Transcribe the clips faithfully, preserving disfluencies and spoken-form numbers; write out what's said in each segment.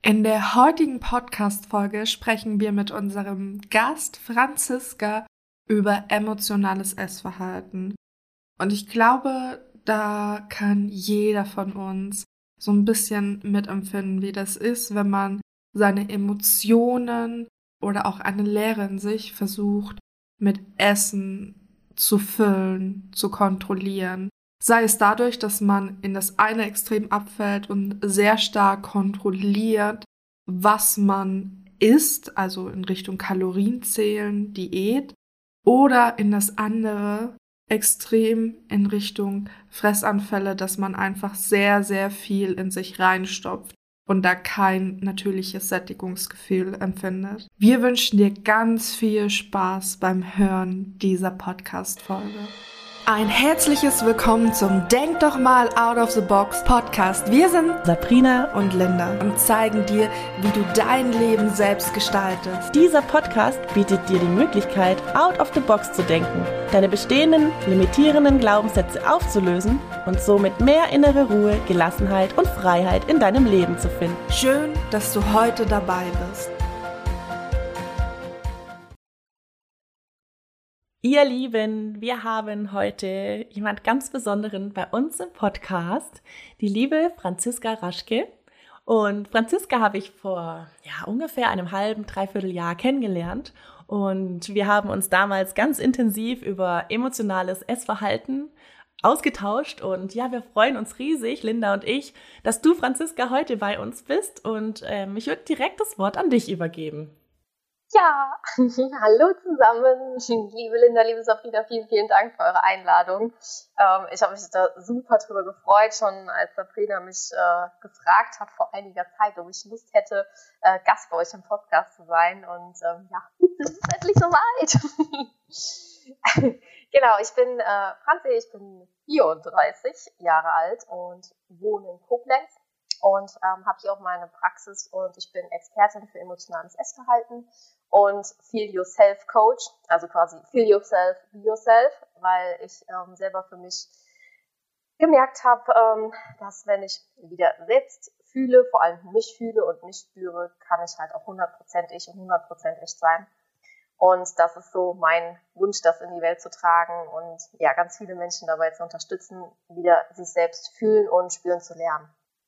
In der heutigen Podcast-Folge sprechen wir mit unserem Gast Franziska über emotionales Essverhalten. Und ich glaube, da kann jeder von uns so ein bisschen mitempfinden, wie das ist, wenn man seine Emotionen oder auch eine Leere in sich versucht, mit Essen zu füllen, zu kontrollieren. Sei es dadurch, dass man in das eine Extrem abfällt und sehr stark kontrolliert, was man isst, also in Richtung Kalorienzählen, Diät, oder in das andere Extrem in Richtung Fressanfälle, dass man einfach sehr, sehr viel in sich reinstopft und da kein natürliches Sättigungsgefühl empfindet. Wir wünschen dir ganz viel Spaß beim Hören dieser Podcast-Folge. Ein herzliches Willkommen zum Denk doch mal Out of the Box Podcast. Wir sind Sabrina und Linda und zeigen dir, wie du dein Leben selbst gestaltest. Dieser Podcast bietet dir die Möglichkeit, out of the box zu denken, deine bestehenden, limitierenden Glaubenssätze aufzulösen und somit mehr innere Ruhe, Gelassenheit und Freiheit in deinem Leben zu finden. Schön, dass du heute dabei bist. Ihr Lieben, wir haben heute jemand ganz Besonderen bei uns im Podcast, die liebe Franziska Raschke. Und Franziska habe ich vor ja, ungefähr einem halben, dreiviertel Jahr kennengelernt. Und wir haben uns damals ganz intensiv über emotionales Essverhalten ausgetauscht. Und ja, wir freuen uns riesig, Linda und ich, dass du, Franziska, heute bei uns bist. Und ähm, ich würde direkt das Wort an dich übergeben. Ja, hallo zusammen, liebe Linda, liebe Sabrina, vielen, vielen Dank für eure Einladung. Ähm, ich habe mich da super drüber gefreut, schon als Sabrina mich äh, gefragt hat vor einiger Zeit, ob ich Lust hätte, äh, Gast bei euch im Podcast zu sein. Und ähm, ja, es ist endlich soweit. Genau, ich bin äh, Franzi, ich bin vierunddreißig Jahre alt und wohne in Koblenz. Und ähm, habe hier auch meine Praxis und ich bin Expertin für emotionales Essverhalten und Feel Yourself Coach, also quasi Feel Yourself, Be Yourself, weil ich ähm, selber für mich gemerkt habe, ähm, dass wenn ich wieder selbst fühle, vor allem mich fühle und mich spüre, kann ich halt auch hundert Prozent ich und hundert Prozent echt sein. Und das ist so mein Wunsch, das in die Welt zu tragen und ja, ganz viele Menschen dabei zu unterstützen, wieder sich selbst fühlen und spüren zu lernen.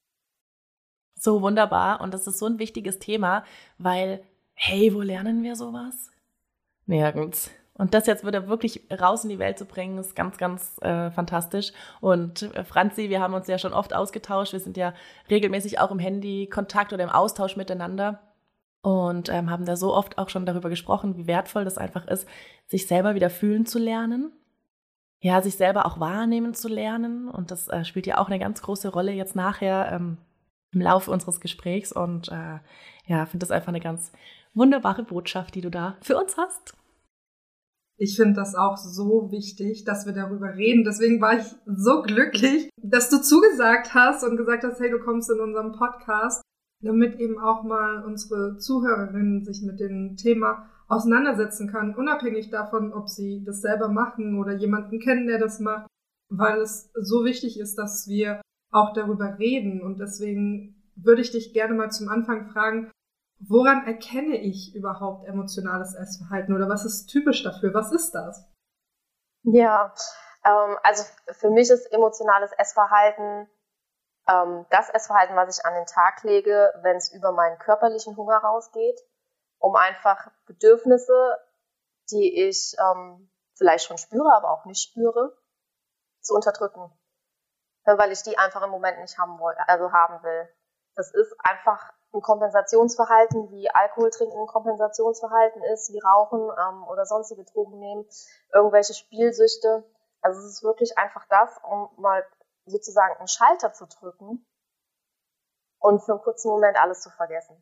So wunderbar und das ist so ein wichtiges Thema, weil, hey, wo lernen wir sowas? Nirgends. Und das jetzt wieder wirklich raus in die Welt zu bringen, ist ganz, ganz äh, fantastisch. Und äh, Franzi, wir haben uns ja schon oft ausgetauscht, wir sind ja regelmäßig auch im Handy-Kontakt oder im Austausch miteinander und ähm, haben da so oft auch schon darüber gesprochen, wie wertvoll das einfach ist, sich selber wieder fühlen zu lernen. Ja, sich selber auch wahrnehmen zu lernen und das äh, spielt ja auch eine ganz große Rolle jetzt nachher, ähm, im Laufe unseres Gesprächs und äh, ja, finde das einfach eine ganz wunderbare Botschaft, die du da für uns hast. Ich finde das auch so wichtig, dass wir darüber reden. Deswegen war ich so glücklich, dass du zugesagt hast und gesagt hast, hey, du kommst in unserem Podcast, damit eben auch mal unsere Zuhörerinnen sich mit dem Thema auseinandersetzen kann, unabhängig davon, ob sie das selber machen oder jemanden kennen, der das macht, weil es so wichtig ist, dass wir auch darüber reden. Und deswegen würde ich dich gerne mal zum Anfang fragen, woran erkenne ich überhaupt emotionales Essverhalten oder was ist typisch dafür? Was ist das? Ja, ähm, also für mich ist emotionales Essverhalten ähm, das Essverhalten, was ich an den Tag lege, wenn es über meinen körperlichen Hunger rausgeht, um einfach Bedürfnisse, die ich ähm, vielleicht schon spüre, aber auch nicht spüre, zu unterdrücken. Weil ich die einfach im Moment nicht haben will, also haben will. Das ist einfach ein Kompensationsverhalten, wie Alkohol trinken ein Kompensationsverhalten ist, wie Rauchen ähm, oder sonstige Drogen nehmen, irgendwelche Spielsüchte. Also es ist wirklich einfach das, um mal sozusagen einen Schalter zu drücken und für einen kurzen Moment alles zu vergessen.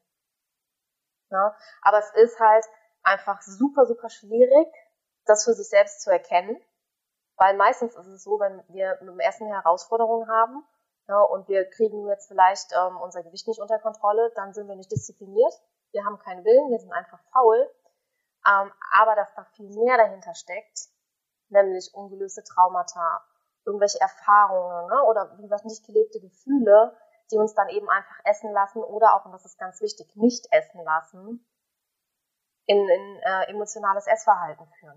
Ja? Aber es ist halt einfach super, super schwierig, das für sich selbst zu erkennen. Weil meistens ist es so, wenn wir mit dem Essen Herausforderungen haben, ja, und wir kriegen jetzt vielleicht ähm, unser Gewicht nicht unter Kontrolle, dann sind wir nicht diszipliniert, wir haben keinen Willen, wir sind einfach faul. Ähm, aber dass da viel mehr dahinter steckt, nämlich ungelöste Traumata, irgendwelche Erfahrungen, ne, oder wie gesagt nicht gelebte Gefühle, die uns dann eben einfach essen lassen oder auch, und das ist ganz wichtig, nicht essen lassen, in, in äh, emotionales Essverhalten führen.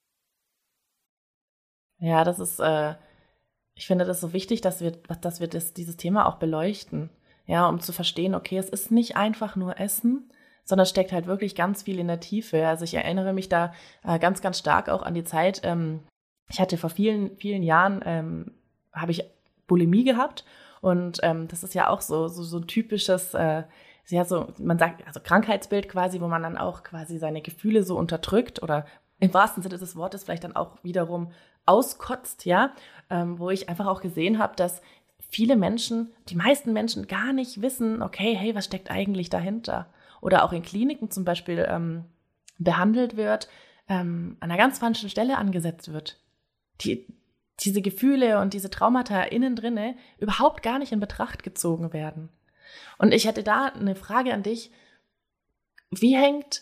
Ja, das ist, äh, ich finde das so wichtig, dass wir, dass wir das, dieses Thema auch beleuchten. Ja, um zu verstehen, okay, es ist nicht einfach nur Essen, sondern steckt halt wirklich ganz viel in der Tiefe. Also ich erinnere mich da äh, ganz, ganz stark auch an die Zeit. Ähm, ich hatte vor vielen, vielen Jahren, ähm, habe ich Bulimie gehabt und ähm, das ist ja auch so, so, so ein typisches, äh, ja, so, man sagt, also Krankheitsbild quasi, wo man dann auch quasi seine Gefühle so unterdrückt oder im wahrsten Sinne des Wortes vielleicht dann auch wiederum auskotzt, ja, ähm, wo ich einfach auch gesehen habe, dass viele Menschen, die meisten Menschen gar nicht wissen, okay, hey, was steckt eigentlich dahinter? Oder auch in Kliniken zum Beispiel ähm, behandelt wird, ähm, an einer ganz falschen Stelle angesetzt wird. Die, diese Gefühle und diese Traumata innen drinne überhaupt gar nicht in Betracht gezogen werden. Und ich hätte da eine Frage an dich. Wie hängt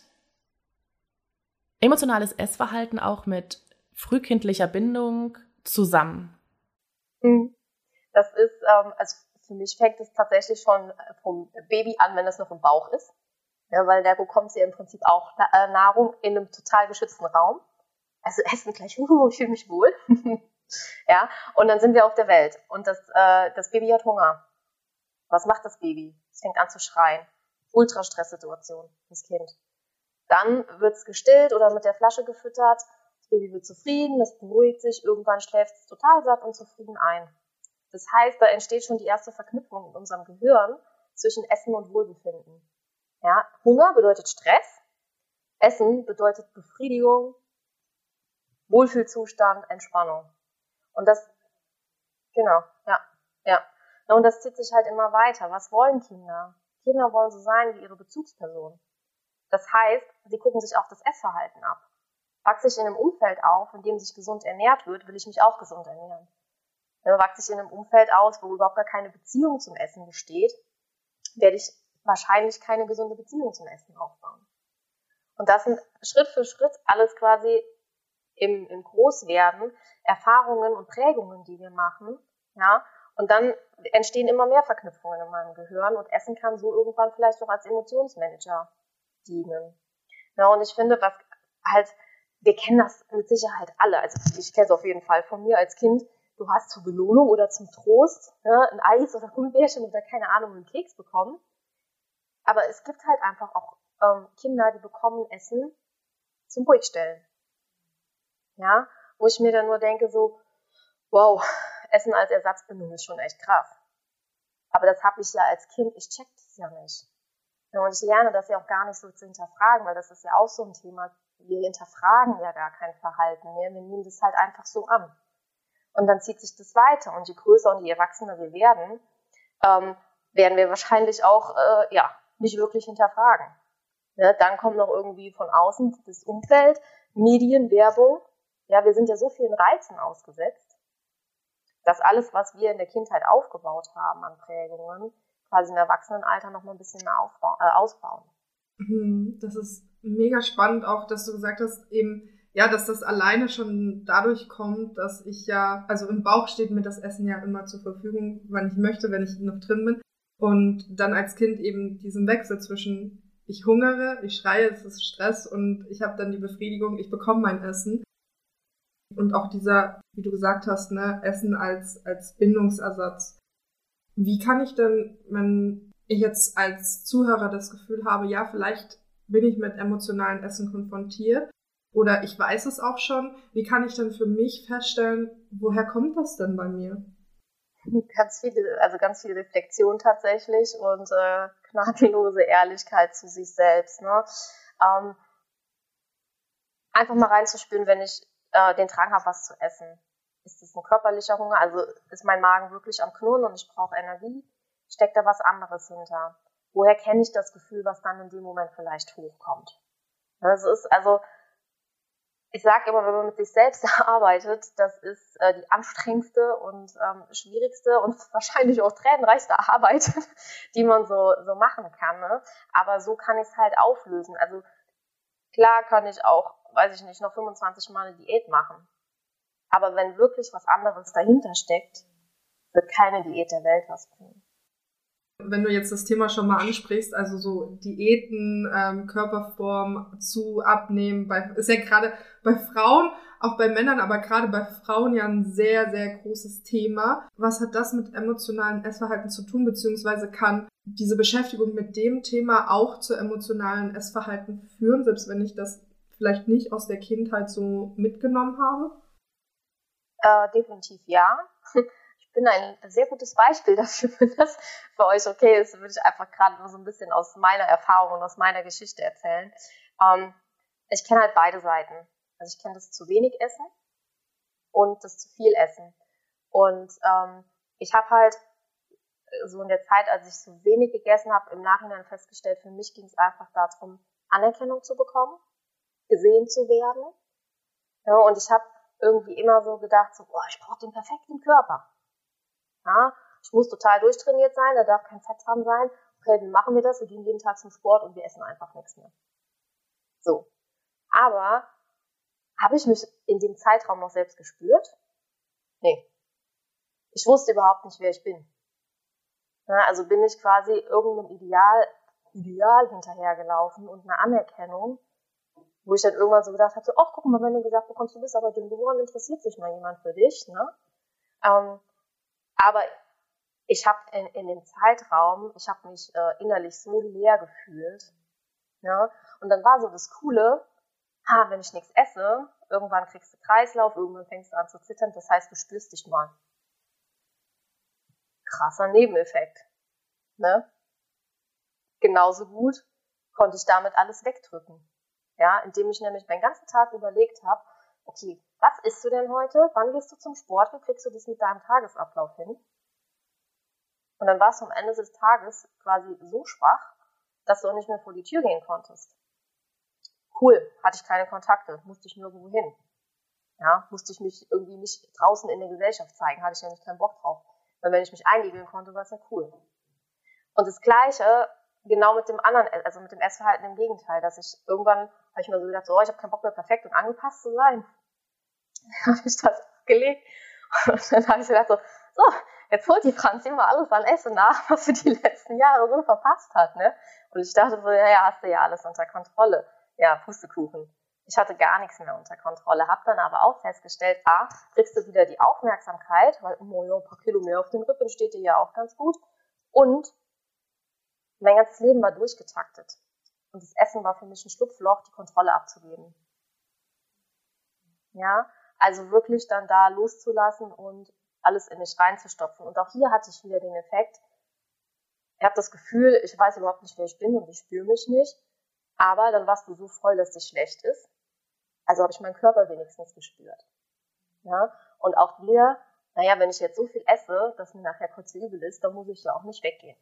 emotionales Essverhalten auch mit frühkindlicher Bindung zusammen? Das ist, ähm, also für mich fängt es tatsächlich schon vom Baby an, wenn es noch im Bauch ist. Ja, weil da bekommt sie im Prinzip auch äh, Nahrung in einem total geschützten Raum. Also Essen gleich, uh, ich fühle mich wohl. Ja, und dann sind wir auf der Welt. Und das, äh, das Baby hat Hunger. Was macht das Baby? Es fängt an zu schreien. Ultrastresssituation, das Kind. Dann wird es gestillt oder mit der Flasche gefüttert. Das Baby wird zufrieden, es beruhigt sich, irgendwann schläft es total satt und zufrieden ein. Das heißt, da entsteht schon die erste Verknüpfung in unserem Gehirn zwischen Essen und Wohlbefinden. Ja, Hunger bedeutet Stress, Essen bedeutet Befriedigung, Wohlfühlzustand, Entspannung. Und das, genau, ja, ja. Und das zieht sich halt immer weiter. Was wollen Kinder? Kinder wollen so sein wie ihre Bezugsperson. Das heißt, sie gucken sich auch das Essverhalten ab. Wachse ich in einem Umfeld auf, in dem sich gesund ernährt wird, will ich mich auch gesund ernähren. Wachse ich in einem Umfeld aus, wo überhaupt gar keine Beziehung zum Essen besteht, werde ich wahrscheinlich keine gesunde Beziehung zum Essen aufbauen. Und das sind Schritt für Schritt alles quasi im, im Großwerden Erfahrungen und Prägungen, die wir machen, ja, und dann entstehen immer mehr Verknüpfungen in meinem Gehirn und Essen kann so irgendwann vielleicht auch als Emotionsmanager dienen. Ja, und ich finde, was halt, wir kennen das mit Sicherheit alle, also ich kenne es auf jeden Fall von mir als Kind, du hast zur Belohnung oder zum Trost, ne, ein Eis oder Gummibärchen oder keine Ahnung, einen Keks bekommen, aber es gibt halt einfach auch ähm, Kinder, die bekommen Essen zum Ruhigstellen. Ja, wo ich mir dann nur denke so, wow, Essen als Ersatzbindung ist schon echt krass. Aber das habe ich ja als Kind, ich check das ja nicht. Ja, und ich lerne das ja auch gar nicht so zu hinterfragen, weil das ist ja auch so ein Thema, wir hinterfragen ja gar kein Verhalten mehr, wir nehmen das halt einfach so an. Und dann zieht sich das weiter und je größer und je erwachsener wir werden, ähm, werden wir wahrscheinlich auch äh, ja nicht wirklich hinterfragen. Ne? Dann kommt noch irgendwie von außen das Umfeld, Medien, Werbung. Ja, wir sind ja so vielen Reizen ausgesetzt, dass alles, was wir in der Kindheit aufgebaut haben an Prägungen, quasi im Erwachsenenalter noch mal ein bisschen mehr aufbauen, äh, ausbauen. Das ist mega spannend auch, dass du gesagt hast, eben, ja, dass das alleine schon dadurch kommt, dass ich ja, also im Bauch steht mir das Essen ja immer zur Verfügung, wann ich möchte, wenn ich noch drin bin. Und dann als Kind eben diesen Wechsel zwischen ich hungere, ich schreie, es ist Stress und ich habe dann die Befriedigung, ich bekomme mein Essen. Und auch dieser, wie du gesagt hast, ne, Essen als, als Bindungsersatz. Wie kann ich denn, wenn ich jetzt als Zuhörer das Gefühl habe, ja, vielleicht bin ich mit emotionalem Essen konfrontiert oder ich weiß es auch schon, wie kann ich denn für mich feststellen, woher kommt das denn bei mir? Ganz viele, also ganz viel Reflexion tatsächlich und äh, gnadlose Ehrlichkeit zu sich selbst. Ne? Ähm, einfach mal reinzuspüren, wenn ich äh, den Drang habe, was zu essen. Ist es ein körperlicher Hunger? Also ist mein Magen wirklich am Knurren und ich brauche Energie? Steckt da was anderes hinter? Woher kenne ich das Gefühl, was dann in dem Moment vielleicht hochkommt? Das ist also, ich sage immer, wenn man mit sich selbst arbeitet, das ist äh, die anstrengendste und ähm, schwierigste und wahrscheinlich auch tränenreichste Arbeit, die man so, so machen kann. Ne? Aber so kann ich es halt auflösen. Also klar kann ich auch, weiß ich nicht, noch fünfundzwanzig Mal eine Diät machen. Aber wenn wirklich was anderes dahinter steckt, wird keine Diät der Welt was bringen. wenn du jetzt das Thema schon mal ansprichst, also so Diäten, ähm, Körperform zu abnehmen, bei, ist ja gerade bei Frauen, auch bei Männern, aber gerade bei Frauen ja ein sehr, sehr großes Thema. Was hat das mit emotionalen Essverhalten zu tun, beziehungsweise kann diese Beschäftigung mit dem Thema auch zu emotionalen Essverhalten führen, selbst wenn ich das vielleicht nicht aus der Kindheit so mitgenommen habe? Äh, definitiv ja. Ich bin ein sehr gutes Beispiel dafür, wenn das für euch okay ist, würde ich einfach gerade nur so ein bisschen aus meiner Erfahrung und aus meiner Geschichte erzählen. Ähm, ich kenne halt beide Seiten. Also ich kenne das zu wenig Essen und das zu viel Essen. Und ähm, ich habe halt so in der Zeit, als ich so wenig gegessen habe, im Nachhinein festgestellt, für mich ging es einfach darum, Anerkennung zu bekommen, gesehen zu werden. Ja, und ich habe irgendwie immer so gedacht, so, boah, ich brauche den perfekten Körper. Ja, ich muss total durchtrainiert sein, da darf kein Fett dran sein. Okay, wie machen wir das? Wir gehen jeden Tag zum Sport und wir essen einfach nichts mehr. So. Aber habe ich mich in dem Zeitraum noch selbst gespürt? Nee. Ich wusste überhaupt nicht, wer ich bin. Ja, also bin ich quasi irgendeinem Ideal, Ideal hinterhergelaufen und eine Anerkennung, wo ich dann irgendwann so gedacht habe, so, ach, guck mal, wenn du gesagt bekommst, du bist aber dünn geworden, interessiert sich mal jemand für dich, ne? Ähm, aber ich habe in, in dem Zeitraum, ich habe mich äh, innerlich so leer gefühlt, ja? Und dann war so das Coole, ha, wenn ich nichts esse, irgendwann kriegst du Kreislauf, irgendwann fängst du an zu zittern, das heißt, du spürst dich mal. Krasser Nebeneffekt, ne? Genauso gut konnte ich damit alles wegdrücken. Ja, indem ich nämlich meinen ganzen Tag überlegt habe, okay, was isst du denn heute? Wann gehst du zum Sport? Wie kriegst du das mit deinem Tagesablauf hin? Und dann warst du am Ende des Tages quasi so schwach, dass du auch nicht mehr vor die Tür gehen konntest. Cool, hatte ich keine Kontakte, musste ich nirgendwo hin. Ja, musste ich mich irgendwie nicht draußen in der Gesellschaft zeigen, hatte ich ja nicht keinen Bock drauf. Weil wenn ich mich einigeln konnte, war es ja cool. Und das Gleiche genau mit dem anderen, also mit dem Essverhalten im Gegenteil, dass ich irgendwann, habe ich mir so gedacht, so, oh, ich habe keinen Bock mehr perfekt und angepasst zu sein. Dann habe ich das gelegt und dann habe ich gedacht, so, so, jetzt holt die Franzi mal alles an Essen nach, was sie die letzten Jahre so verpasst hat, ne? Und ich dachte so, ja, ja, hast du ja alles unter Kontrolle. Ja, Pustekuchen. Ich hatte gar nichts mehr unter Kontrolle, habe dann aber auch festgestellt, ah, kriegst du wieder die Aufmerksamkeit, weil, oh ja, ein paar Kilo mehr auf den Rippen steht dir ja auch ganz gut. Und mein ganzes Leben war durchgetaktet. Und das Essen war für mich ein Schlupfloch, die Kontrolle abzugeben. Ja, also wirklich dann da loszulassen und alles in mich reinzustopfen. Und auch hier hatte ich wieder den Effekt, ich habe das Gefühl, ich weiß überhaupt nicht, wer ich bin und ich spüre mich nicht. Aber dann warst du so voll, dass es schlecht ist. Also habe ich meinen Körper wenigstens gespürt. Ja, und auch wieder, naja, wenn ich jetzt so viel esse, dass mir nachher kurz übel ist, dann muss ich ja auch nicht weggehen.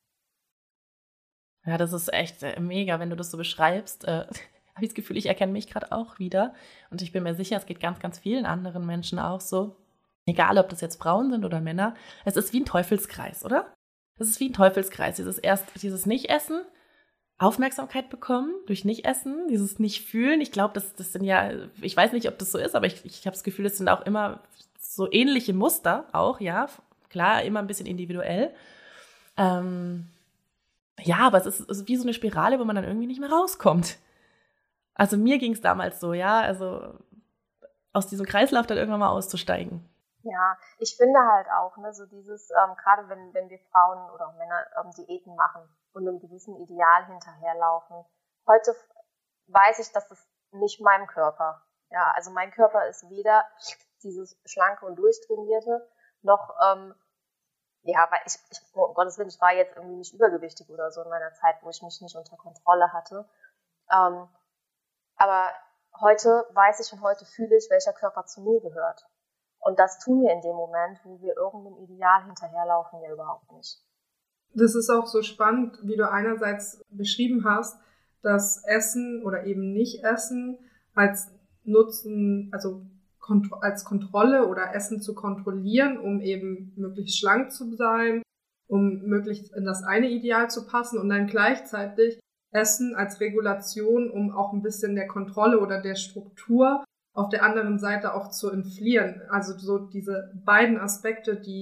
Ja, das ist echt äh, mega, wenn du das so beschreibst. Äh, habe ich das Gefühl, ich erkenne mich gerade auch wieder. Und ich bin mir sicher, es geht ganz, ganz vielen anderen Menschen auch so. Egal, ob das jetzt Frauen sind oder Männer. Es ist wie ein Teufelskreis, oder? Es ist wie ein Teufelskreis. Dieses erst, dieses Nicht-Essen, Aufmerksamkeit bekommen durch Nicht-Essen, dieses Nicht-Fühlen. Ich glaube, das, das sind ja, ich weiß nicht, ob das so ist, aber ich, ich habe das Gefühl, es sind auch immer so ähnliche Muster auch, ja. Klar, immer ein bisschen individuell. Ähm, ja, aber es ist, es ist wie so eine Spirale, wo man dann irgendwie nicht mehr rauskommt. Also mir ging es damals so, ja, also aus diesem Kreislauf dann irgendwann mal auszusteigen. Ja, ich finde halt auch, ne, so dieses, ähm, gerade wenn, wenn wir Frauen oder auch Männer ähm, Diäten machen und einem gewissen Ideal hinterherlaufen. Heute weiß ich, dass das nicht meinem Körper, ja, also mein Körper ist weder dieses schlanke und durchtrainierte, noch, ähm, ja, weil ich, ich, um Gottes Willen, ich war jetzt irgendwie nicht übergewichtig oder so in meiner Zeit, wo ich mich nicht unter Kontrolle hatte. Ähm, aber heute weiß ich und heute fühle ich, welcher Körper zu mir gehört. Und das tun wir in dem Moment, wo wir irgendeinem Ideal hinterherlaufen, ja überhaupt nicht. Das ist auch so spannend, wie du einerseits beschrieben hast, dass Essen oder eben Nicht-Essen als Nutzen, also kont- als Kontrolle oder Essen zu kontrollieren, um eben möglichst schlank zu sein, um möglichst in das eine Ideal zu passen und dann gleichzeitig Essen als Regulation, um auch ein bisschen der Kontrolle oder der Struktur auf der anderen Seite auch zu entfliehen. Also so diese beiden Aspekte, die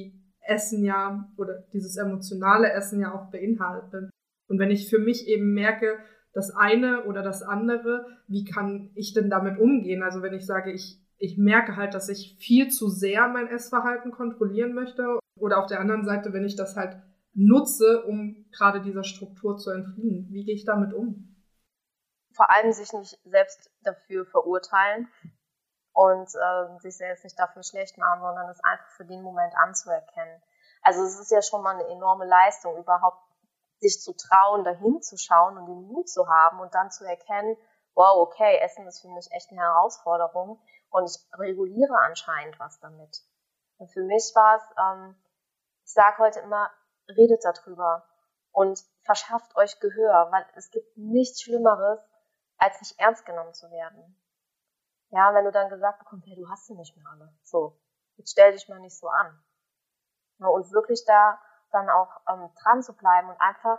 Essen ja oder dieses emotionale Essen ja auch beinhaltet. Und wenn ich für mich eben merke, das eine oder das andere, wie kann ich denn damit umgehen? Also wenn ich sage, ich, ich merke halt, dass ich viel zu sehr mein Essverhalten kontrollieren möchte, oder auf der anderen Seite, wenn ich das halt nutze, um gerade dieser Struktur zu entfliehen, wie gehe ich damit um? Vor allem sich nicht selbst dafür verurteilen und äh, sich selbst nicht dafür schlecht machen, sondern es einfach für den Moment anzuerkennen. Also es ist ja schon mal eine enorme Leistung, überhaupt sich zu trauen, dahin zu schauen und den Mut zu haben und dann zu erkennen, wow, okay, Essen ist für mich echt eine Herausforderung und ich reguliere anscheinend was damit. Und für mich war es, ähm, ich sage heute immer, redet darüber und verschafft euch Gehör, weil es gibt nichts Schlimmeres, als nicht ernst genommen zu werden. Ja, wenn du dann gesagt bekommst, hey, du hast sie nicht mehr alle. So, jetzt stell dich mal nicht so an. Ja, und wirklich da dann auch ähm, dran zu bleiben und einfach,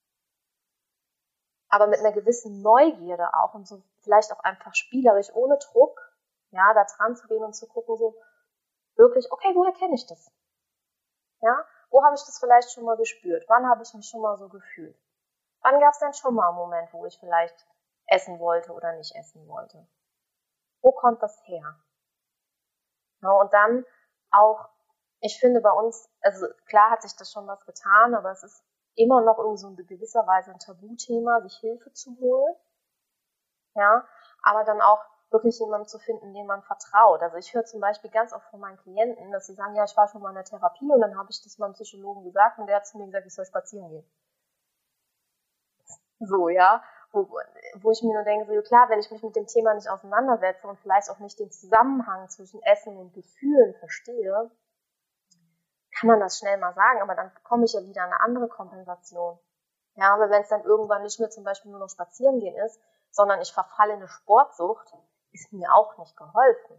aber mit einer gewissen Neugierde auch und so vielleicht auch einfach spielerisch, ohne Druck, ja, da dran zu gehen und zu gucken, so wirklich, okay, woher kenne ich das? Ja, wo habe ich das vielleicht schon mal gespürt? Wann habe ich mich schon mal so gefühlt? Wann gab es denn schon mal einen Moment, wo ich vielleicht essen wollte oder nicht essen wollte? Wo kommt das her? Ja, und dann auch, ich finde bei uns, also klar hat sich das schon was getan, aber es ist immer noch irgendwie so in gewisser Weise ein Tabuthema, sich Hilfe zu holen. Ja, aber dann auch wirklich jemanden zu finden, dem man vertraut. Also ich höre zum Beispiel ganz oft von meinen Klienten, dass sie sagen, ja, ich war schon mal in der Therapie und dann habe ich das meinem Psychologen gesagt und der hat zu mir gesagt, ich soll spazieren gehen. So, ja, wo, wo ich mir nur denke, so klar, wenn ich mich mit dem Thema nicht auseinandersetze und vielleicht auch nicht den Zusammenhang zwischen Essen und Gefühlen verstehe, kann man das schnell mal sagen, aber dann bekomme ich ja wieder eine andere Kompensation. Ja, aber wenn es dann irgendwann nicht mehr zum Beispiel nur noch spazieren gehen ist, sondern ich verfalle in eine Sportsucht, ist mir auch nicht geholfen.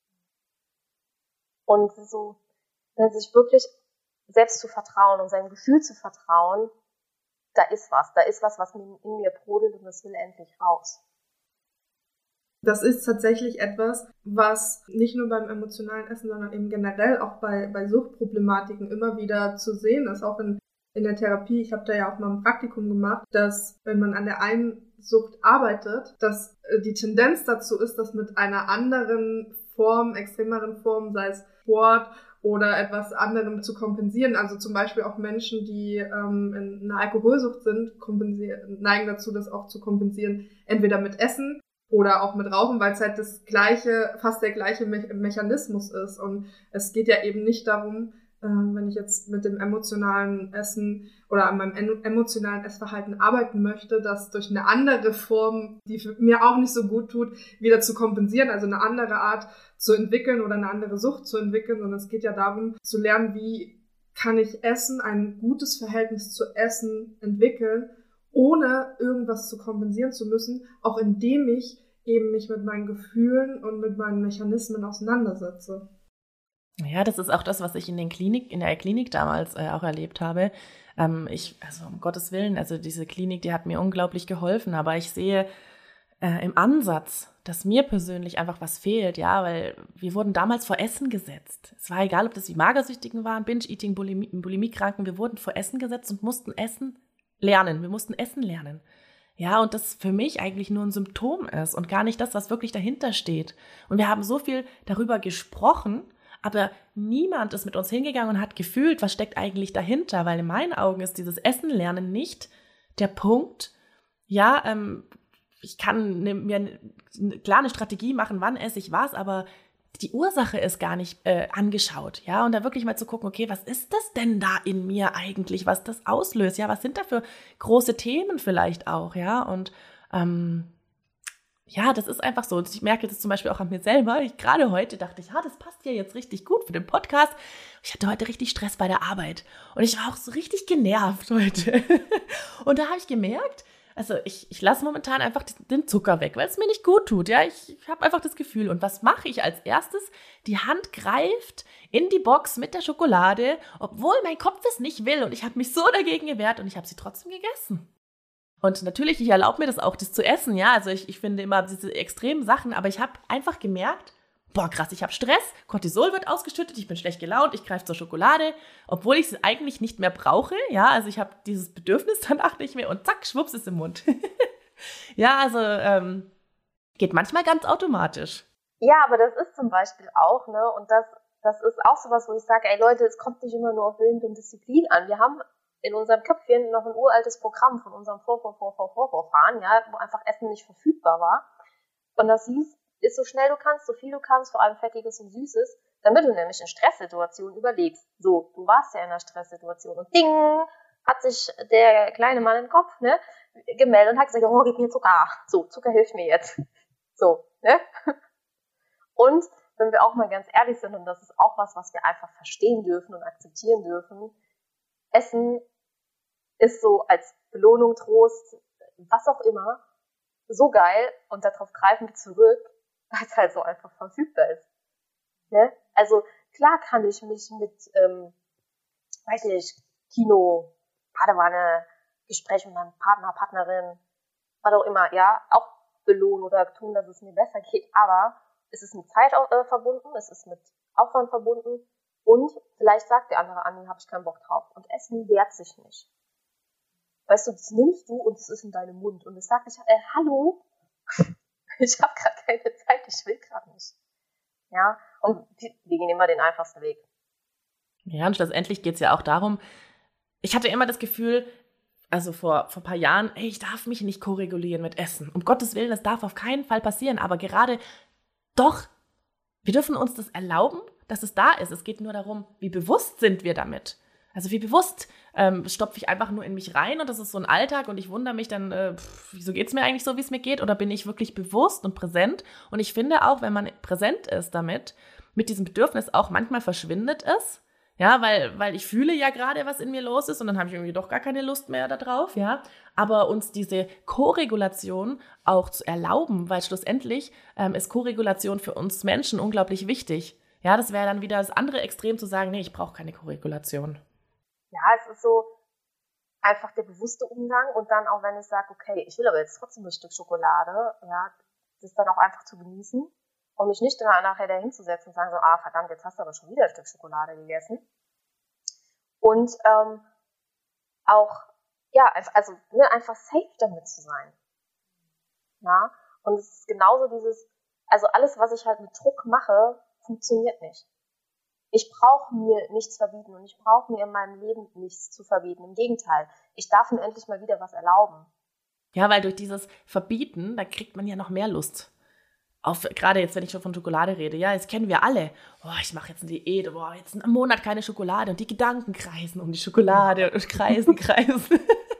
Und so, sich wirklich selbst zu vertrauen und seinem Gefühl zu vertrauen, da ist was, da ist was, was in mir brodelt und das will endlich raus. Das ist tatsächlich etwas, was nicht nur beim emotionalen Essen, sondern eben generell auch bei, bei Suchtproblematiken immer wieder zu sehen ist, auch in, in der Therapie. Ich habe da ja auch mal ein Praktikum gemacht, dass wenn man an der einen Sucht arbeitet, dass die Tendenz dazu ist, das mit einer anderen Form, extremeren Form, sei es Sport oder etwas anderem zu kompensieren. Also zum Beispiel auch Menschen, die ähm, in einer Alkoholsucht sind, kompensieren, neigen dazu, das auch zu kompensieren, entweder mit Essen oder auch mit Rauchen, weil es halt das gleiche, fast der gleiche Me- Mechanismus ist. Und es geht ja eben nicht darum, äh, wenn ich jetzt mit dem emotionalen Essen oder an meinem en- emotionalen Essverhalten arbeiten möchte, das durch eine andere Form, die für mir auch nicht so gut tut, wieder zu kompensieren, also eine andere Art zu entwickeln oder eine andere Sucht zu entwickeln, sondern es geht ja darum, zu lernen, wie kann ich Essen, ein gutes Verhältnis zu Essen entwickeln, ohne irgendwas zu kompensieren zu müssen, auch indem ich eben mich mit meinen Gefühlen und mit meinen Mechanismen auseinandersetze. Ja, das ist auch das, was ich in den Klinik, in der Klinik damals äh, auch erlebt habe. Ähm, ich, also um Gottes Willen, also diese Klinik, die hat mir unglaublich geholfen, aber ich sehe äh, im Ansatz, dass mir persönlich einfach was fehlt, ja, weil wir wurden damals vor Essen gesetzt. Es war egal, ob das die Magersüchtigen waren, Binge-Eating, Bulimie, Bulimie-Kranken, wir wurden vor Essen gesetzt und mussten essen lernen. Wir mussten essen lernen. Ja, und das für mich eigentlich nur ein Symptom ist und gar nicht das, was wirklich dahinter steht. Und wir haben so viel darüber gesprochen, aber niemand ist mit uns hingegangen und hat gefühlt, was steckt eigentlich dahinter, weil in meinen Augen ist dieses Essen lernen nicht der Punkt. Ja, ähm, ich kann ne, mir eine klare Strategie machen, wann esse ich was, aber die Ursache ist gar nicht äh, angeschaut, ja, und da wirklich mal zu gucken, okay, was ist das denn da in mir eigentlich, was das auslöst, ja, was sind da für große Themen vielleicht auch, ja, und ähm, ja, das ist einfach so, und ich merke das zum Beispiel auch an mir selber, ich gerade heute dachte ich, ja, das passt ja jetzt richtig gut für den Podcast, ich hatte heute richtig Stress bei der Arbeit und ich war auch so richtig genervt heute und da habe ich gemerkt, also ich, ich lasse momentan einfach den Zucker weg, weil es mir nicht gut tut. Ja, ich, ich habe einfach das Gefühl. Und was mache ich als erstes? Die Hand greift in die Box mit der Schokolade, obwohl mein Kopf es nicht will. Und ich habe mich so dagegen gewehrt und ich habe sie trotzdem gegessen. Und natürlich, ich erlaube mir das auch, das zu essen. Ja, also ich, ich finde immer diese extremen Sachen. Aber ich habe einfach gemerkt, boah krass, ich habe Stress, Cortisol wird ausgeschüttet, ich bin schlecht gelaunt, ich greife zur Schokolade, obwohl ich es eigentlich nicht mehr brauche. Ja, also ich habe dieses Bedürfnis danach nicht mehr und zack, schwupps ist im Mund. Ja, also ähm, geht manchmal ganz automatisch. Ja, aber das ist zum Beispiel auch, ne, und das, das ist auch sowas, wo ich sage, ey Leute, es kommt nicht immer nur auf Willen und Disziplin an. Wir haben in unserem Köpfchen noch ein uraltes Programm von unserem Vor, Vor, Vor, Vor, Vor, Vorfahren, ja, wo einfach Essen nicht verfügbar war. Und das hieß, isst so schnell du kannst, so viel du kannst, vor allem Fettiges und Süßes, damit du nämlich in Stresssituationen überlebst. So, du warst ja in einer Stresssituation und ding, hat sich der kleine Mann im Kopf, ne, gemeldet und hat gesagt, oh, gib mir Zucker. So, Zucker hilft mir jetzt. So, ne? Und wenn wir auch mal ganz ehrlich sind, und das ist auch was, was wir einfach verstehen dürfen und akzeptieren dürfen, Essen ist so als Belohnung, Trost, was auch immer, so geil und darauf greifen wir zurück, weil es halt so einfach verfügbar ist. Ne? Also klar kann ich mich mit, ähm, weiß nicht, Kino, Badewanne, Gespräch mit meinem Partner, Partnerin, was auch immer, ja, auch belohnen oder tun, dass es mir besser geht, aber es ist mit Zeit äh, verbunden, es ist mit Aufwand verbunden und vielleicht sagt der andere an, habe ich keinen Bock drauf. Und Essen wehrt sich nicht. Weißt du, das nimmst du und es ist in deinem Mund. Und es sagt nicht, äh, hallo, ich habe gerade keine Zeit, ich will gerade nicht. Ja, und wir gehen immer den einfachsten Weg. Ja, und schlussendlich geht es ja auch darum, ich hatte immer das Gefühl, also vor, vor ein paar Jahren, ey, ich darf mich nicht koregulieren mit Essen. Um Gottes Willen, das darf auf keinen Fall passieren. Aber gerade doch, wir dürfen uns das erlauben, dass es da ist. Es geht nur darum, wie bewusst sind wir damit. Also wie bewusst ähm, stopfe ich einfach nur in mich rein und das ist so ein Alltag und ich wundere mich dann, äh, pff, wieso geht es mir eigentlich so, wie es mir geht? Oder bin ich wirklich bewusst und präsent? Und ich finde auch, wenn man präsent ist damit, mit diesem Bedürfnis auch manchmal verschwindet es. Ja, weil, weil ich fühle ja gerade, was in mir los ist und dann habe ich irgendwie doch gar keine Lust mehr darauf, ja. Aber uns diese Koregulation auch zu erlauben, weil schlussendlich ähm, ist Koregulation für uns Menschen unglaublich wichtig. Ja, das wäre dann wieder das andere Extrem zu sagen, nee, ich brauche keine Koregulation. Ja, es ist so einfach der bewusste Umgang und dann auch, wenn ich sage, okay, ich will aber jetzt trotzdem ein Stück Schokolade, ja, das dann auch einfach zu genießen. Und mich nicht dann nachher dahin zu setzen und sagen so, ah, verdammt, jetzt hast du aber schon wieder ein Stück Schokolade gegessen. Und ähm, auch, ja, also ne, einfach safe damit zu sein. Ja, und es ist genauso dieses, also alles, was ich halt mit Druck mache, funktioniert nicht. Ich brauche mir nichts verbieten und ich brauche mir in meinem Leben nichts zu verbieten. Im Gegenteil, ich darf mir endlich mal wieder was erlauben. Ja, weil durch dieses Verbieten, da kriegt man ja noch mehr Lust. Auf, gerade jetzt, wenn ich schon von Schokolade rede, ja, das kennen wir alle. Oh, ich mache jetzt eine Diät, oh, jetzt einen Monat keine Schokolade und die Gedanken kreisen um die Schokolade und kreisen, kreisen.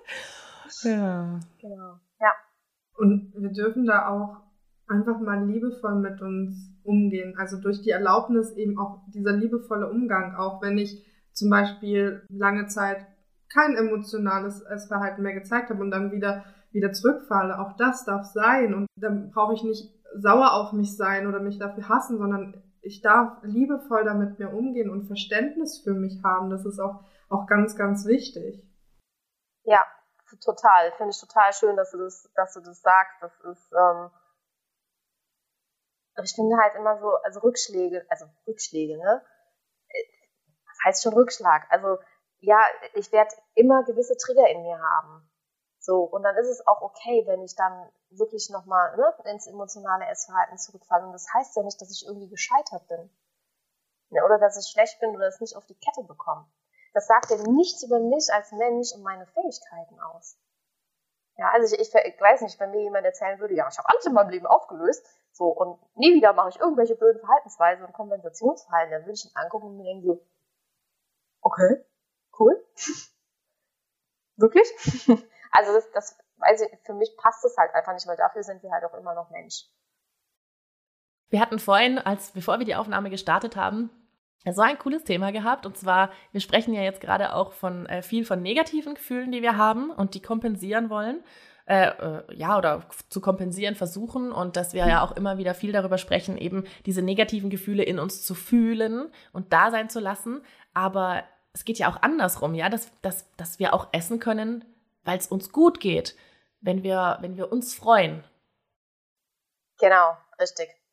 Ja. Genau, ja. Und wir dürfen da auch einfach mal liebevoll mit uns umgehen. Also durch die Erlaubnis eben auch dieser liebevolle Umgang, auch wenn ich zum Beispiel lange Zeit kein emotionales Essverhalten mehr gezeigt habe und dann wieder, wieder zurückfalle. Auch das darf sein und dann brauche ich nicht sauer auf mich sein oder mich dafür hassen, sondern ich darf liebevoll damit mir umgehen und Verständnis für mich haben. Das ist auch, auch ganz, ganz wichtig. Ja, total. Finde ich total schön, dass du das, dass du das sagst. Das ist, ähm, ich finde halt immer so, also Rückschläge, also Rückschläge, ne? Was heißt schon Rückschlag? Also, ja, ich werde immer gewisse Trigger in mir haben. So, und dann ist es auch okay, wenn ich dann wirklich nochmal ne, ins emotionale Essverhalten zurückfalle. Und das heißt ja nicht, dass ich irgendwie gescheitert bin. Ne, oder dass ich schlecht bin oder es nicht auf die Kette bekomme. Das sagt ja nichts über mich als Mensch und meine Fähigkeiten aus. Ja, also ich, ich, ich weiß nicht, wenn mir jemand erzählen würde, ja, ich habe alles in meinem Leben aufgelöst, so, und nie wieder mache ich irgendwelche blöden Verhaltensweisen und Kompensationsverhalten, dann würde ich ihn angucken und mir denken so, okay, cool. Wirklich? Also das, das weiß ich, für mich passt das halt einfach nicht, weil dafür sind wir halt auch immer noch Mensch. Wir hatten vorhin, als bevor wir die Aufnahme gestartet haben, so ein cooles Thema gehabt. Und zwar, wir sprechen ja jetzt gerade auch von äh, viel von negativen Gefühlen, die wir haben und die kompensieren wollen. Äh, äh, ja, oder zu kompensieren versuchen. Und dass wir ja auch immer wieder viel darüber sprechen, eben diese negativen Gefühle in uns zu fühlen und da sein zu lassen. Aber es geht ja auch andersrum, ja, dass, dass, dass wir auch essen können, weil es uns gut geht, wenn wir, wenn wir uns freuen. Genau, richtig.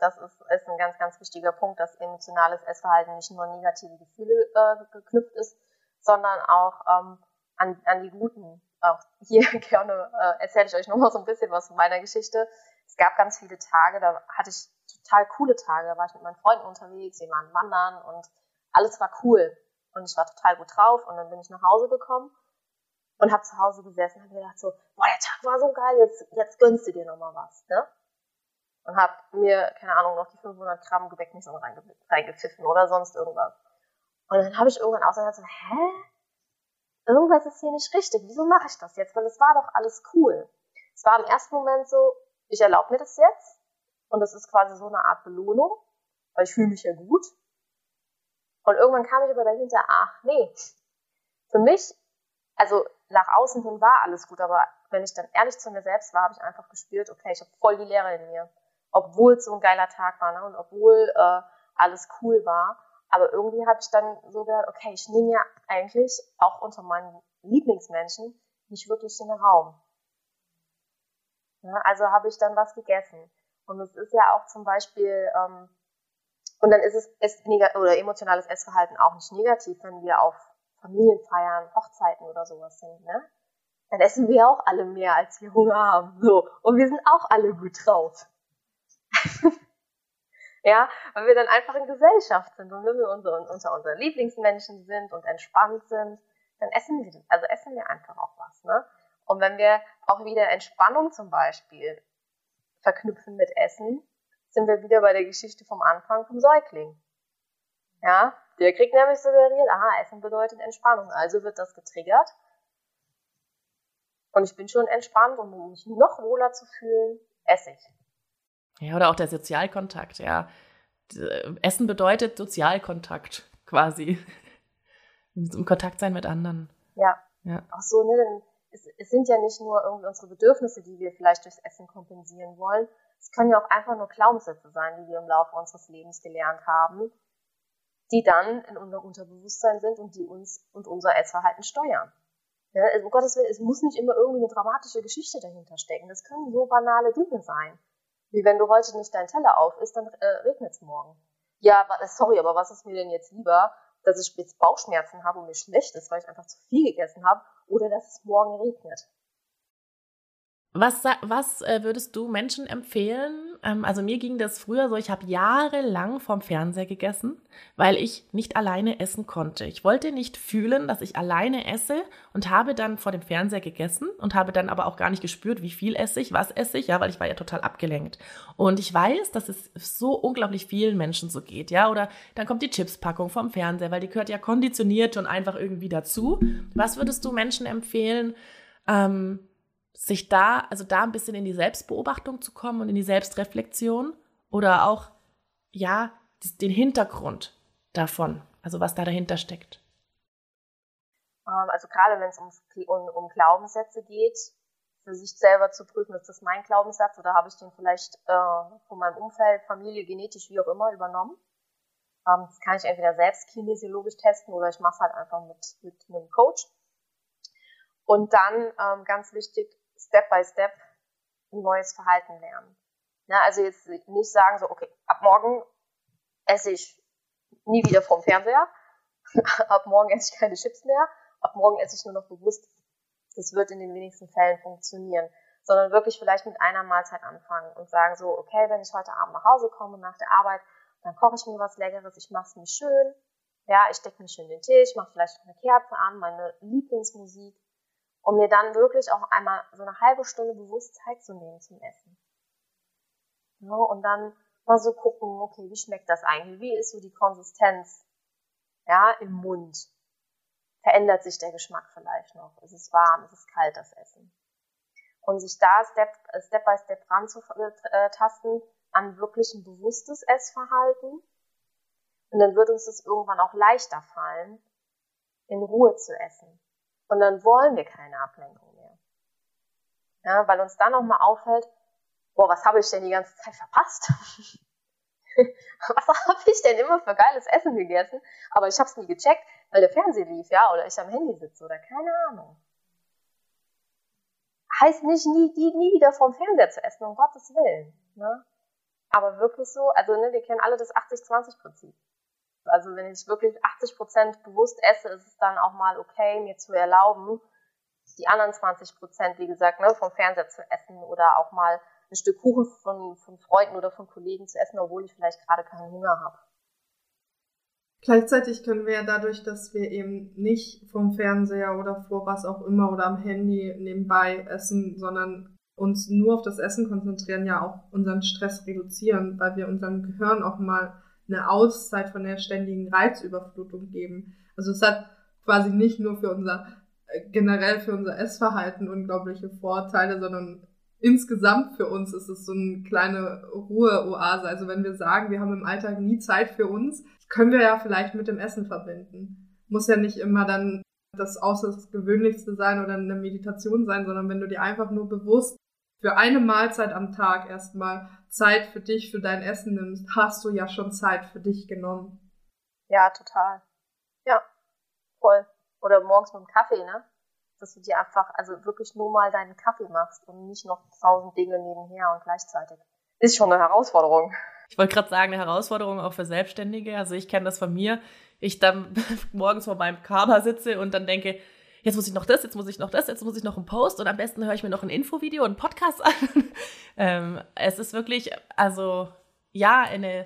das ist, ist ein ganz, ganz wichtiger Punkt, dass emotionales Essverhalten nicht nur an negative Gefühle äh, geknüpft ist, sondern auch ähm, an, an die guten. Auch hier gerne äh, erzähle ich euch nochmal so ein bisschen was von meiner Geschichte. Es gab ganz viele Tage, da hatte ich total coole Tage, da war ich mit meinen Freunden unterwegs, wir waren wandern und alles war cool. Und ich war total gut drauf und dann bin ich nach Hause gekommen und habe zu Hause gesessen und habe mir gedacht so, boah, der Tag war so geil, jetzt, jetzt gönnst du dir nochmal was, ne? Und habe mir, keine Ahnung, noch die fünfhundert Gramm Gebäck nicht so reinge- reingepfiffen oder sonst irgendwas. Und dann habe ich irgendwann ausgedacht so, hä? Irgendwas ist hier nicht richtig. Wieso mache ich das jetzt? Weil es war doch alles cool. Es war im ersten Moment so, ich erlaube mir das jetzt. Und das ist quasi so eine Art Belohnung, weil ich fühle mich ja gut. Und irgendwann kam ich aber dahinter, ach nee, für mich, also nach außen hin war alles gut, aber wenn ich dann ehrlich zu mir selbst war, habe ich einfach gespürt, okay, ich habe voll die Leere in mir. Obwohl es so ein geiler Tag war, ne? Und obwohl äh, alles cool war. Aber irgendwie habe ich dann so gedacht, okay, ich nehme ja eigentlich auch unter meinen Lieblingsmenschen nicht wirklich den Raum. Ja, also habe ich dann was gegessen. Und es ist ja auch zum Beispiel, ähm, und dann ist es, es oder emotionales Essverhalten auch nicht negativ, wenn wir auf Familienfeiern, Hochzeiten oder sowas sind, ne? Dann essen wir auch alle mehr, als wir Hunger haben. So. Und wir sind auch alle gut drauf. Ja, weil wir dann einfach in Gesellschaft sind und wenn wir unter, unter unseren Lieblingsmenschen sind und entspannt sind, dann essen wir, also essen wir einfach auch was, ne? Und wenn wir auch wieder Entspannung zum Beispiel verknüpfen mit Essen, sind wir wieder bei der Geschichte vom Anfang vom Säugling. Ja, der kriegt nämlich suggeriert, aha, Essen bedeutet Entspannung, also wird das getriggert. Und ich bin schon entspannt und um mich noch wohler zu fühlen, esse ich. Ja, oder auch der Sozialkontakt, ja. Essen bedeutet Sozialkontakt, quasi. Im Kontakt sein mit anderen. Ja, ja. Auch so, ne, denn es, es sind ja nicht nur irgendwie unsere Bedürfnisse, die wir vielleicht durchs Essen kompensieren wollen. Es können ja auch einfach nur Glaubenssätze sein, die wir im Laufe unseres Lebens gelernt haben, die dann in unserem Unterbewusstsein sind und die uns und unser Essverhalten steuern. Ja, um Gottes Willen, es muss nicht immer irgendwie eine dramatische Geschichte dahinter stecken. Das können so banale Dinge sein. Wie wenn du heute nicht deinen Teller auf isst, dann äh, regnet es morgen. Ja, sorry, aber was ist mir denn jetzt lieber, dass ich jetzt Bauchschmerzen habe und mir schlecht ist, weil ich einfach zu viel gegessen habe, oder dass es morgen regnet? Was, was äh, würdest du Menschen empfehlen? Ähm, also mir ging das früher so, ich habe jahrelang vorm Fernseher gegessen, weil ich nicht alleine essen konnte. Ich wollte nicht fühlen, dass ich alleine esse und habe dann vor dem Fernseher gegessen und habe dann aber auch gar nicht gespürt, wie viel esse ich, was esse ich, ja, weil ich war ja total abgelenkt. Und ich weiß, dass es so unglaublich vielen Menschen so geht, ja, oder dann kommt die Chipspackung vom Fernseher, weil die gehört ja konditioniert schon einfach irgendwie dazu. Was würdest du Menschen empfehlen, ähm, sich da, also da ein bisschen in die Selbstbeobachtung zu kommen und in die Selbstreflexion oder auch, ja, den Hintergrund davon, also was da dahinter steckt? Also gerade wenn es um, um Glaubenssätze geht, für sich selber zu prüfen, ist das mein Glaubenssatz oder habe ich den vielleicht äh, von meinem Umfeld, Familie, genetisch, wie auch immer übernommen. Ähm, das kann ich entweder selbst kinesiologisch testen oder ich mache es halt einfach mit, mit einem Coach. Und dann, ähm, ganz wichtig, Step by Step ein neues Verhalten lernen. Ja, also jetzt nicht sagen so, okay, ab morgen esse ich nie wieder vorm Fernseher, ab morgen esse ich keine Chips mehr, ab morgen esse ich nur noch bewusst. Das wird in den wenigsten Fällen funktionieren, sondern wirklich vielleicht mit einer Mahlzeit anfangen und sagen so, okay, wenn ich heute Abend nach Hause komme nach der Arbeit, dann koche ich mir was Leckeres, ich mache es mir schön, ja, ich decke mir schön den Tisch, mache vielleicht eine Kerze an, meine Lieblingsmusik, um mir dann wirklich auch einmal so eine halbe Stunde bewusst Zeit zu nehmen zum Essen. Ja, und dann mal so gucken, okay, wie schmeckt das eigentlich? Wie ist so die Konsistenz, ja, im Mund? Verändert sich der Geschmack vielleicht noch? Ist es warm? Ist es kalt, das Essen? Und sich da Step, Step by Step ranzutasten an wirklich ein bewusstes Essverhalten. Und dann wird uns das irgendwann auch leichter fallen, in Ruhe zu essen. Und dann wollen wir keine Ablenkung mehr. Ja, weil uns dann nochmal auffällt, boah, was habe ich denn die ganze Zeit verpasst? Was habe ich denn immer für geiles Essen gegessen? Aber ich habe es nie gecheckt, weil der Fernseher lief, ja, oder ich am Handy sitze oder keine Ahnung. Heißt nicht, nie, nie, nie wieder vorm Fernseher zu essen, um Gottes Willen. Ne? Aber wirklich so, also ne, wir kennen alle das achtzig zwanzig Prinzip. Also wenn ich wirklich achtzig Prozent bewusst esse, ist es dann auch mal okay, mir zu erlauben, die anderen zwanzig Prozent, wie gesagt, ne, vom Fernseher zu essen oder auch mal ein Stück Kuchen von, von Freunden oder von Kollegen zu essen, obwohl ich vielleicht gerade keinen Hunger habe. Gleichzeitig können wir ja dadurch, dass wir eben nicht vom Fernseher oder vor was auch immer oder am Handy nebenbei essen, sondern uns nur auf das Essen konzentrieren, ja auch unseren Stress reduzieren, weil wir unserem Gehirn auch mal eine Auszeit von der ständigen Reizüberflutung geben. Also es hat quasi nicht nur für unser, generell für unser Essverhalten unglaubliche Vorteile, sondern insgesamt für uns ist es so eine kleine Ruheoase. Also wenn wir sagen, wir haben im Alltag nie Zeit für uns, können wir ja vielleicht mit dem Essen verbinden. Muss ja nicht immer dann das Außergewöhnlichste sein oder eine Meditation sein, sondern wenn du dir einfach nur bewusst für eine Mahlzeit am Tag erstmal Zeit für dich, für dein Essen nimmst, hast du ja schon Zeit für dich genommen. Ja, total. Ja, voll. Oder morgens mit dem Kaffee, ne? Dass du dir einfach, also wirklich nur mal deinen Kaffee machst und nicht noch tausend Dinge nebenher und gleichzeitig. Ist schon eine Herausforderung. Ich wollte gerade sagen, eine Herausforderung auch für Selbstständige. Also ich kenne das von mir. Ich dann morgens vor meinem Kaber sitze und dann denke, jetzt muss ich noch das, jetzt muss ich noch das, jetzt muss ich noch einen Post und am besten höre ich mir noch ein Infovideo und einen Podcast an. ähm, es ist wirklich, also ja, eine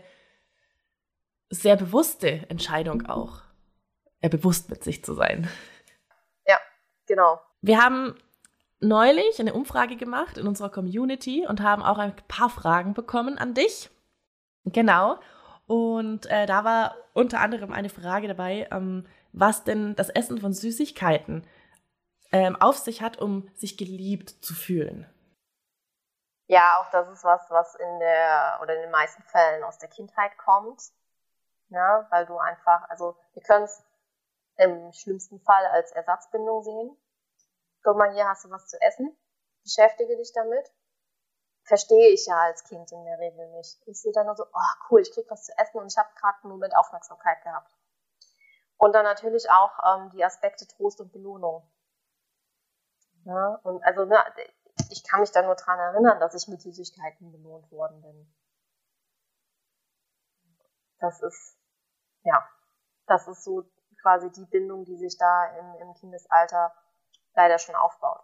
sehr bewusste Entscheidung auch, äh, bewusst mit sich zu sein. Ja, genau. Wir haben neulich eine Umfrage gemacht in unserer Community und haben auch ein paar Fragen bekommen an dich. Genau. Und äh, da war unter anderem eine Frage dabei, ähm, was denn das Essen von Süßigkeiten ähm, auf sich hat, um sich geliebt zu fühlen. Ja, auch das ist was, was in der oder in den meisten Fällen aus der Kindheit kommt. Ja, weil du einfach, also wir können es im schlimmsten Fall als Ersatzbindung sehen. Guck mal, hier hast du was zu essen, beschäftige dich damit. Verstehe ich ja als Kind in der Regel nicht. Ich sehe dann nur so, oh cool, ich krieg was zu essen und ich habe gerade einen Moment Aufmerksamkeit gehabt. Und dann natürlich auch ähm, die Aspekte Trost und Belohnung. Ja, und also ne, ich kann mich da nur dran erinnern, dass ich mit Süßigkeiten belohnt worden bin. Das ist, ja, das ist so quasi die Bindung, die sich da im, im Kindesalter leider schon aufbaut.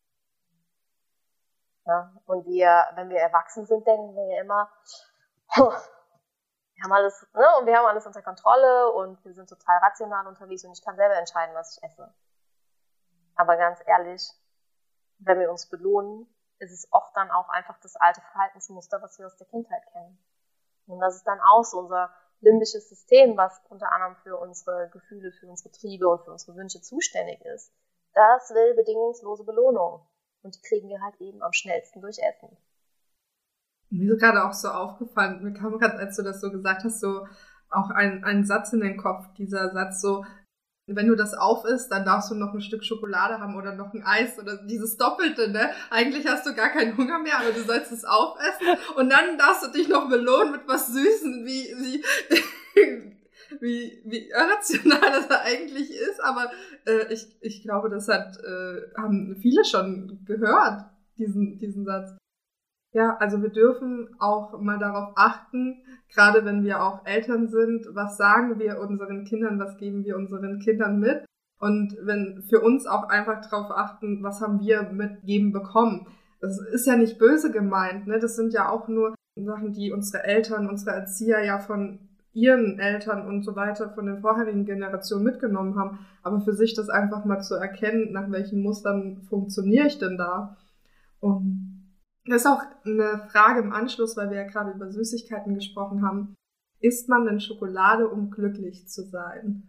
Ja, und wir, wenn wir erwachsen sind, denken wir ja immer, oh, wir haben alles, ne, und wir haben alles unter Kontrolle und wir sind total rational unterwegs und ich kann selber entscheiden, was ich esse. Aber ganz ehrlich, wenn wir uns belohnen, ist es oft dann auch einfach das alte Verhaltensmuster, was wir aus der Kindheit kennen. Und das ist dann auch so unser limbisches System, was unter anderem für unsere Gefühle, für unsere Triebe und für unsere Wünsche zuständig ist. Das will bedingungslose Belohnung. Und die kriegen wir halt eben am schnellsten durch Essen. Mir ist gerade auch so aufgefallen, mir kam gerade, als du das so gesagt hast, so auch ein, ein Satz in den Kopf, dieser Satz so, wenn du das auf isst, dann darfst du noch ein Stück Schokolade haben oder noch ein Eis oder dieses Doppelte, ne? Eigentlich hast du gar keinen Hunger mehr, aber du sollst es aufessen und dann darfst du dich noch belohnen mit was Süßen, wie, wie, wie, wie irrational das eigentlich ist, aber äh, ich, ich glaube, das hat, äh, haben viele schon gehört, diesen, diesen Satz. Ja, also wir dürfen auch mal darauf achten, gerade wenn wir auch Eltern sind, was sagen wir unseren Kindern, was geben wir unseren Kindern mit und wenn für uns auch einfach darauf achten, was haben wir mitgeben bekommen. Das ist ja nicht böse gemeint, ne? Das sind ja auch nur Sachen, die unsere Eltern, unsere Erzieher ja von ihren Eltern und so weiter von den vorherigen Generationen mitgenommen haben, aber für sich das einfach mal zu erkennen, nach welchen Mustern funktioniere ich denn da. Und das ist auch eine Frage im Anschluss, weil wir ja gerade über Süßigkeiten gesprochen haben. Isst man denn Schokolade, um glücklich zu sein?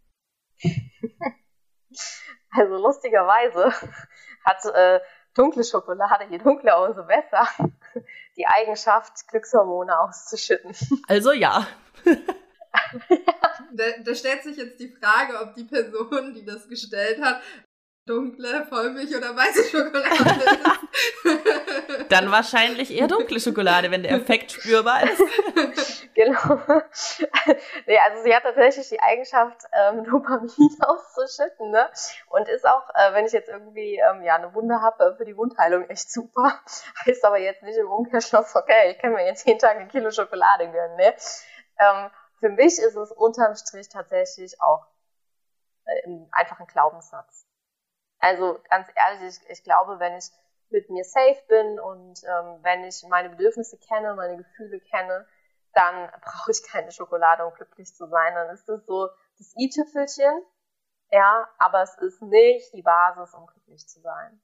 Also lustigerweise hat äh, dunkle Schokolade, je dunkler, umso besser, die Eigenschaft, Glückshormone auszuschütten. Also ja. da, da stellt sich jetzt die Frage, ob die Person, die das gestellt hat, dunkle, Vollmilch oder weiße Schokolade ist. Dann wahrscheinlich eher dunkle Schokolade, wenn der Effekt spürbar ist. Genau. Nee, also sie hat tatsächlich die Eigenschaft, ähm, Dopamin auszuschütten, ne? Und ist auch, äh, wenn ich jetzt irgendwie ähm, ja eine Wunde habe, äh, für die Wundheilung echt super. Heißt aber jetzt nicht im Umkehrschluss, okay, ich kann mir jetzt jeden Tag ein Kilo Schokolade gönnen, ne? Ähm, für mich ist es unterm Strich tatsächlich auch äh, einfach ein Glaubenssatz. Also ganz ehrlich, ich, ich glaube, wenn ich mit mir safe bin und ähm, wenn ich meine Bedürfnisse kenne, meine Gefühle kenne, dann brauche ich keine Schokolade, um glücklich zu sein. Dann ist das so das i-Tüpfelchen, ja, aber es ist nicht die Basis, um glücklich zu sein.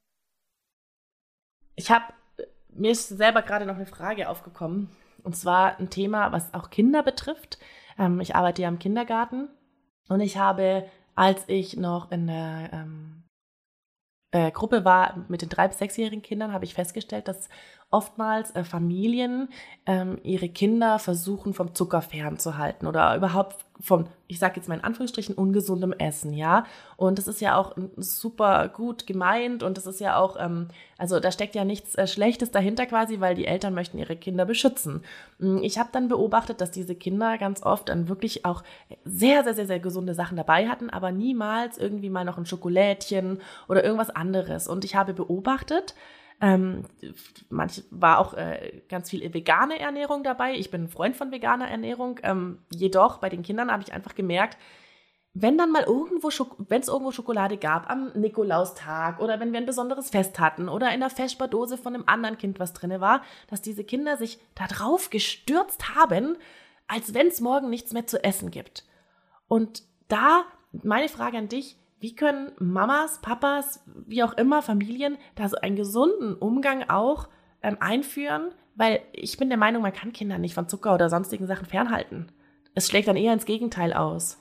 Ich habe, mir ist selber gerade noch eine Frage aufgekommen, und zwar ein Thema, was auch Kinder betrifft. Ähm, ich arbeite ja im Kindergarten und ich habe, als ich noch in der ähm, äh, Gruppe war mit den drei- bis sechsjährigen Kindern, habe ich festgestellt, dass oftmals äh, Familien ähm, ihre Kinder versuchen, vom Zucker fernzuhalten oder überhaupt vom, ich sage jetzt mal in Anführungsstrichen, ungesundem Essen, ja. Und das ist ja auch super gut gemeint und das ist ja auch, ähm, also da steckt ja nichts äh, Schlechtes dahinter quasi, weil die Eltern möchten ihre Kinder beschützen. Ich habe dann beobachtet, dass diese Kinder ganz oft dann wirklich auch sehr, sehr, sehr, sehr gesunde Sachen dabei hatten, aber niemals irgendwie mal noch ein Schokolädchen oder irgendwas anderes. Und ich habe beobachtet, Ähm, manch war auch äh, ganz viel vegane Ernährung dabei. Ich bin ein Freund von veganer Ernährung. Ähm, jedoch bei den Kindern habe ich einfach gemerkt, wenn dann mal irgendwo, wenn es irgendwo Schokolade gab am Nikolaustag oder wenn wir ein besonderes Fest hatten oder in der Vesperdose von einem anderen Kind was drin war, dass diese Kinder sich da drauf gestürzt haben, als wenn es morgen nichts mehr zu essen gibt. Und da meine Frage an dich: Wie können Mamas, Papas, wie auch immer, Familien da so einen gesunden Umgang auch ähm, einführen? Weil ich bin der Meinung, man kann Kinder nicht von Zucker oder sonstigen Sachen fernhalten. Es schlägt dann eher ins Gegenteil aus.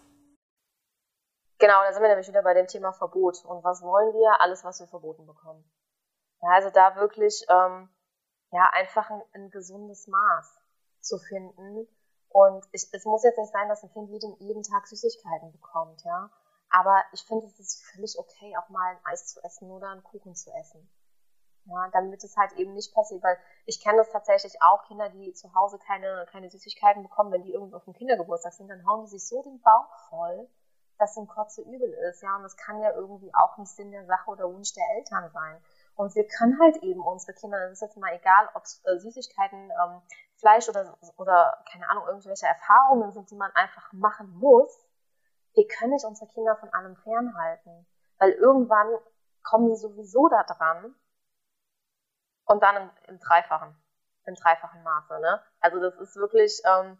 Genau, da sind wir nämlich wieder bei dem Thema Verbot. Und was wollen wir? Alles, was wir verboten bekommen. Ja, also da wirklich ähm, ja einfach ein, ein gesundes Maß zu finden. Und ich, es muss jetzt nicht sein, dass ein Kind jeden, jeden Tag Süßigkeiten bekommt, ja. Aber ich finde, es ist völlig okay, auch mal ein Eis zu essen oder einen Kuchen zu essen. Ja, damit es halt eben nicht passiert, weil ich kenne das tatsächlich auch, Kinder, die zu Hause keine, keine Süßigkeiten bekommen, wenn die irgendwo auf dem Kindergeburtstag sind, dann hauen die sich so den Bauch voll, dass ihnen kotze übel ist, ja, und das kann ja irgendwie auch nicht Sinn der Sache oder Wunsch der Eltern sein. Und wir können halt eben unsere Kinder, das ist jetzt mal egal, ob es äh, Süßigkeiten, ähm, Fleisch oder, oder, keine Ahnung, irgendwelche Erfahrungen sind, die man einfach machen muss. Wir können nicht unsere Kinder von allem fernhalten, weil irgendwann kommen sie sowieso da dran und dann im, im dreifachen, im dreifachen Maße, ne? Also das ist wirklich, ähm,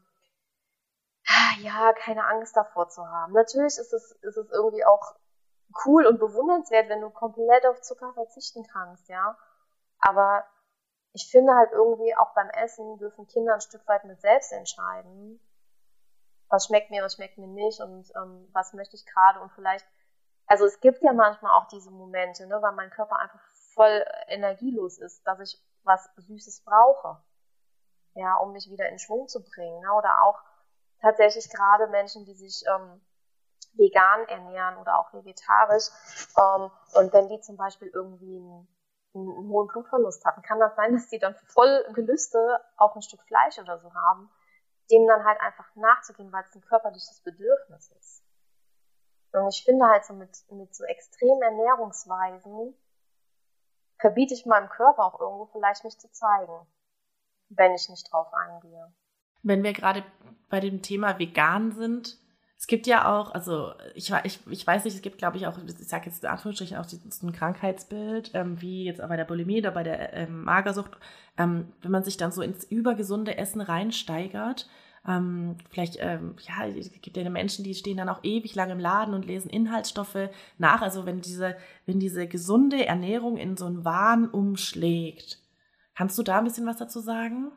ja, keine Angst davor zu haben. Natürlich ist es, ist es irgendwie auch cool und bewundernswert, wenn du komplett auf Zucker verzichten kannst, ja. Aber ich finde halt irgendwie auch beim Essen dürfen Kinder ein Stück weit mit selbst entscheiden, was schmeckt mir, was schmeckt mir nicht und ähm, was möchte ich gerade und vielleicht, also es gibt ja manchmal auch diese Momente, ne, weil mein Körper einfach voll energielos ist, dass ich was Süßes brauche, ja, um mich wieder in Schwung zu bringen, ne, oder auch tatsächlich gerade Menschen, die sich ähm, vegan ernähren oder auch vegetarisch ähm, und wenn die zum Beispiel irgendwie einen, einen hohen Blutverlust hatten, kann das sein, dass die dann voll Gelüste auf ein Stück Fleisch oder so haben, dem dann halt einfach nachzugehen, weil es ein körperliches Bedürfnis ist. Und ich finde halt so mit, mit so extremen Ernährungsweisen verbiete ich meinem Körper auch irgendwo vielleicht mich zu zeigen, wenn ich nicht drauf eingehe. Wenn wir gerade bei dem Thema vegan sind, es gibt ja auch, also ich, ich, ich weiß nicht, es gibt, glaube ich, auch, ich sage jetzt in Anführungsstrichen auch so ein Krankheitsbild, ähm, wie jetzt bei der Bulimie oder bei der ähm, Magersucht, ähm, wenn man sich dann so ins übergesunde Essen reinsteigert. Ähm, vielleicht, ähm, ja, es gibt ja Menschen, die stehen dann auch ewig lang im Laden und lesen Inhaltsstoffe nach. Also wenn diese, wenn diese gesunde Ernährung in so einen Wahn umschlägt. Kannst du da ein bisschen was dazu sagen?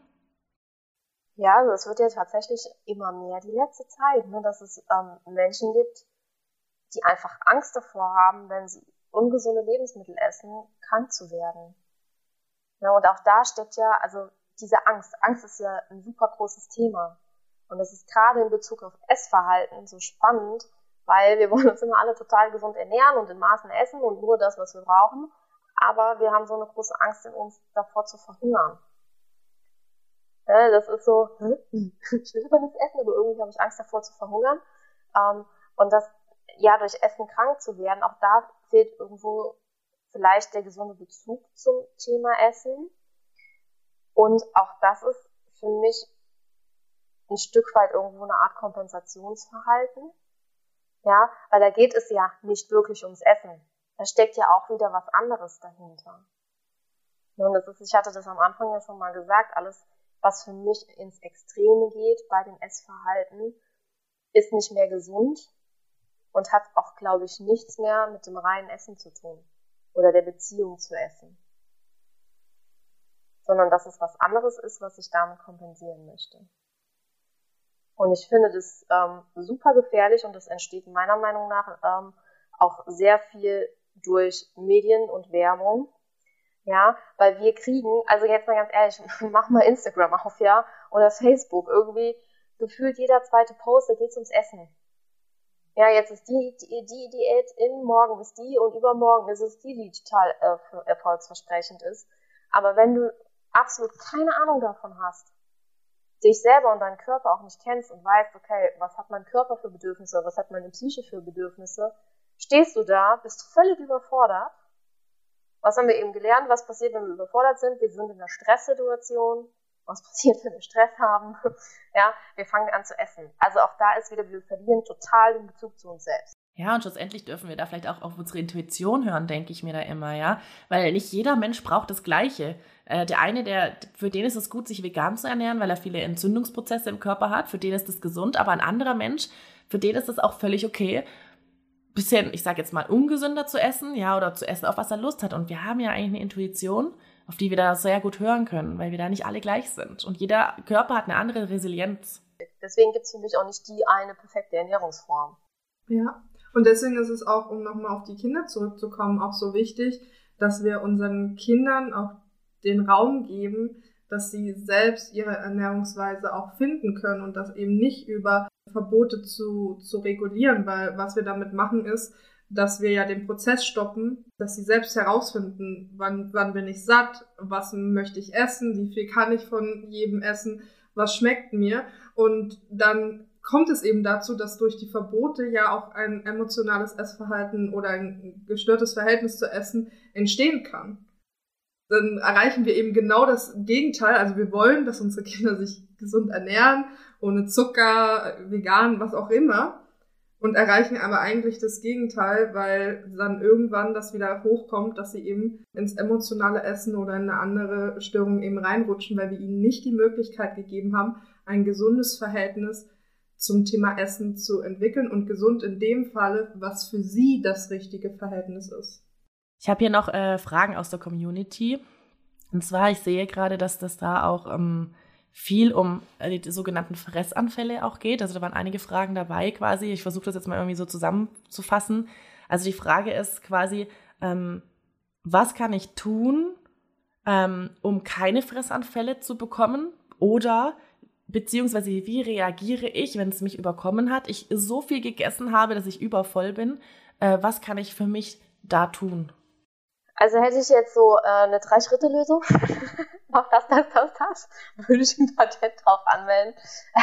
Ja, also es wird ja tatsächlich immer mehr die letzte Zeit, ne, dass es ähm, Menschen gibt, die einfach Angst davor haben, wenn sie ungesunde Lebensmittel essen, krank zu werden. Ja, und auch da steckt ja, also diese Angst, Angst ist ja ein super großes Thema. Und das ist gerade in Bezug auf Essverhalten so spannend, weil wir wollen uns immer alle total gesund ernähren und in Maßen essen und nur das, was wir brauchen. Aber wir haben so eine große Angst in uns, davor zu verhungern. Ja, das ist so, hm, ich will aber nichts essen, aber irgendwie habe ich Angst davor zu verhungern. Ähm, und das, ja, durch Essen krank zu werden, auch da fehlt irgendwo vielleicht der gesunde Bezug zum Thema Essen. Und auch das ist für mich ein Stück weit irgendwo eine Art Kompensationsverhalten. Ja, weil da geht es ja nicht wirklich ums Essen. Da steckt ja auch wieder was anderes dahinter. Und das ist, ich hatte das am Anfang ja schon mal gesagt, alles, was für mich ins Extreme geht bei dem Essverhalten, ist nicht mehr gesund und hat auch, glaube ich, nichts mehr mit dem reinen Essen zu tun oder der Beziehung zu Essen. Sondern dass es was anderes ist, was ich damit kompensieren möchte. Und ich finde das ähm, super gefährlich und das entsteht meiner Meinung nach ähm, auch sehr viel durch Medien und Werbung. Ja, weil wir kriegen, also jetzt mal ganz ehrlich, mach mal Instagram auf, ja, oder Facebook, irgendwie gefühlt jeder zweite Post, da geht's ums Essen. Ja, jetzt ist die, die, die Diät in, morgen ist die und übermorgen ist es die, die total äh, erfolgsversprechend ist. Aber wenn du absolut keine Ahnung davon hast, dich selber und deinen Körper auch nicht kennst und weißt, okay, was hat mein Körper für Bedürfnisse, was hat meine Psyche für Bedürfnisse, stehst du da, bist völlig überfordert. Was haben wir eben gelernt? Was passiert, wenn wir überfordert sind? Wir sind in einer Stresssituation. Was passiert, wenn wir Stress haben? Ja, wir fangen an zu essen. Also auch da ist wieder, wir verlieren total den Bezug zu uns selbst. Ja, und schlussendlich dürfen wir da vielleicht auch auf unsere Intuition hören, denke ich mir da immer, ja. Weil nicht jeder Mensch braucht das Gleiche. Äh, der eine, der, für den ist es gut, sich vegan zu ernähren, weil er viele Entzündungsprozesse im Körper hat. Für den ist das gesund. Aber ein anderer Mensch, für den ist das auch völlig okay, bisschen, ich sage jetzt mal, ungesünder zu essen, ja, oder zu essen, auf was er Lust hat. Und wir haben ja eigentlich eine Intuition, auf die wir da sehr gut hören können, weil wir da nicht alle gleich sind. Und jeder Körper hat eine andere Resilienz. Deswegen gibt es für mich auch nicht die eine perfekte Ernährungsform. Ja, und deswegen ist es auch, um nochmal auf die Kinder zurückzukommen, auch so wichtig, dass wir unseren Kindern auch den Raum geben, dass sie selbst ihre Ernährungsweise auch finden können und das eben nicht über Verbote zu, zu regulieren, weil was wir damit machen ist, dass wir ja den Prozess stoppen, dass sie selbst herausfinden, wann, wann bin ich satt, was möchte ich essen, wie viel kann ich von jedem essen, was schmeckt mir. Und dann kommt es eben dazu, dass durch die Verbote ja auch ein emotionales Essverhalten oder ein gestörtes Verhältnis zu Essen entstehen kann. Dann erreichen wir eben genau das Gegenteil. Also wir wollen, dass unsere Kinder sich gesund ernähren, ohne Zucker, vegan, was auch immer. Und erreichen aber eigentlich das Gegenteil, weil dann irgendwann das wieder hochkommt, dass sie eben ins emotionale Essen oder in eine andere Störung eben reinrutschen, weil wir ihnen nicht die Möglichkeit gegeben haben, ein gesundes Verhältnis zum Thema Essen zu entwickeln und gesund in dem Falle, was für sie das richtige Verhältnis ist. Ich habe hier noch äh, Fragen aus der Community. Und zwar, ich sehe gerade, dass das da auch ähm, viel um äh, die sogenannten Fressanfälle auch geht. Also da waren einige Fragen dabei quasi. Ich versuche das jetzt mal irgendwie so zusammenzufassen. Also die Frage ist quasi, ähm, was kann ich tun, ähm, um keine Fressanfälle zu bekommen? Oder beziehungsweise wie reagiere ich, wenn es mich überkommen hat? Ich so viel gegessen habe, dass ich übervoll bin. Äh, was kann ich für mich da tun? Also hätte ich jetzt so äh, eine Drei-Schritte-Lösung, mach das, das, das, das, würde ich ein Patent drauf anmelden.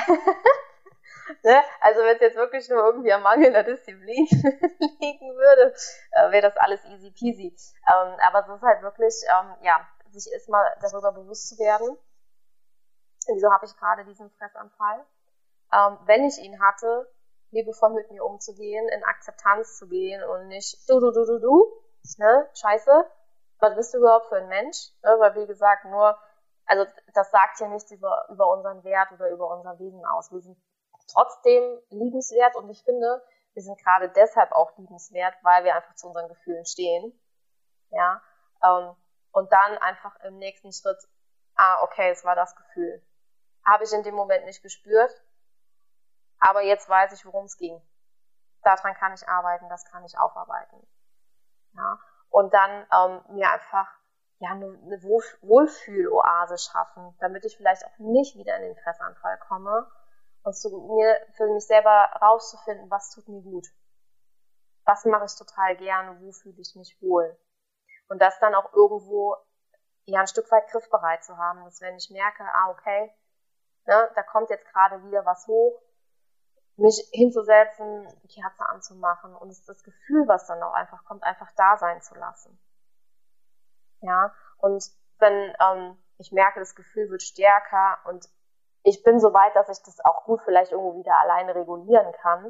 Ne? Also wenn es jetzt wirklich nur irgendwie am Mangel der Disziplin liegen würde, äh, wäre das alles easy peasy. Ähm, aber es ist halt wirklich, ähm, ja, sich erstmal darüber bewusst zu werden, wieso habe ich gerade diesen Fressanfall. Ähm, wenn ich ihn hatte, liebevoll mit mir umzugehen, in Akzeptanz zu gehen und nicht du, du, du, du, du, ne, scheiße, was bist du überhaupt für ein Mensch? Ne, weil wie gesagt, nur, also das sagt ja nichts über, über unseren Wert oder über unser Wesen aus. Wir sind trotzdem liebenswert und ich finde, wir sind gerade deshalb auch liebenswert, weil wir einfach zu unseren Gefühlen stehen. Ja, ähm, und dann einfach im nächsten Schritt, ah, okay, es war das Gefühl. Habe ich in dem Moment nicht gespürt, aber jetzt weiß ich, worum es ging. Daran kann ich arbeiten, das kann ich aufarbeiten. Ja, und dann ähm, mir einfach ja, eine, eine Wohlfühloase schaffen, damit ich vielleicht auch nicht wieder in den Fressanfall komme und zu mir für mich selber rauszufinden, was tut mir gut. Was mache ich total gerne, wo fühle ich mich wohl. Und das dann auch irgendwo ja ein Stück weit griffbereit zu haben, dass wenn ich merke, ah okay, ne, da kommt jetzt gerade wieder was hoch, mich hinzusetzen, die Kerze anzumachen und das Gefühl, was dann auch einfach kommt, einfach da sein zu lassen. Ja, und wenn ähm, ich merke, das Gefühl wird stärker und ich bin so weit, dass ich das auch gut vielleicht irgendwo wieder alleine regulieren kann,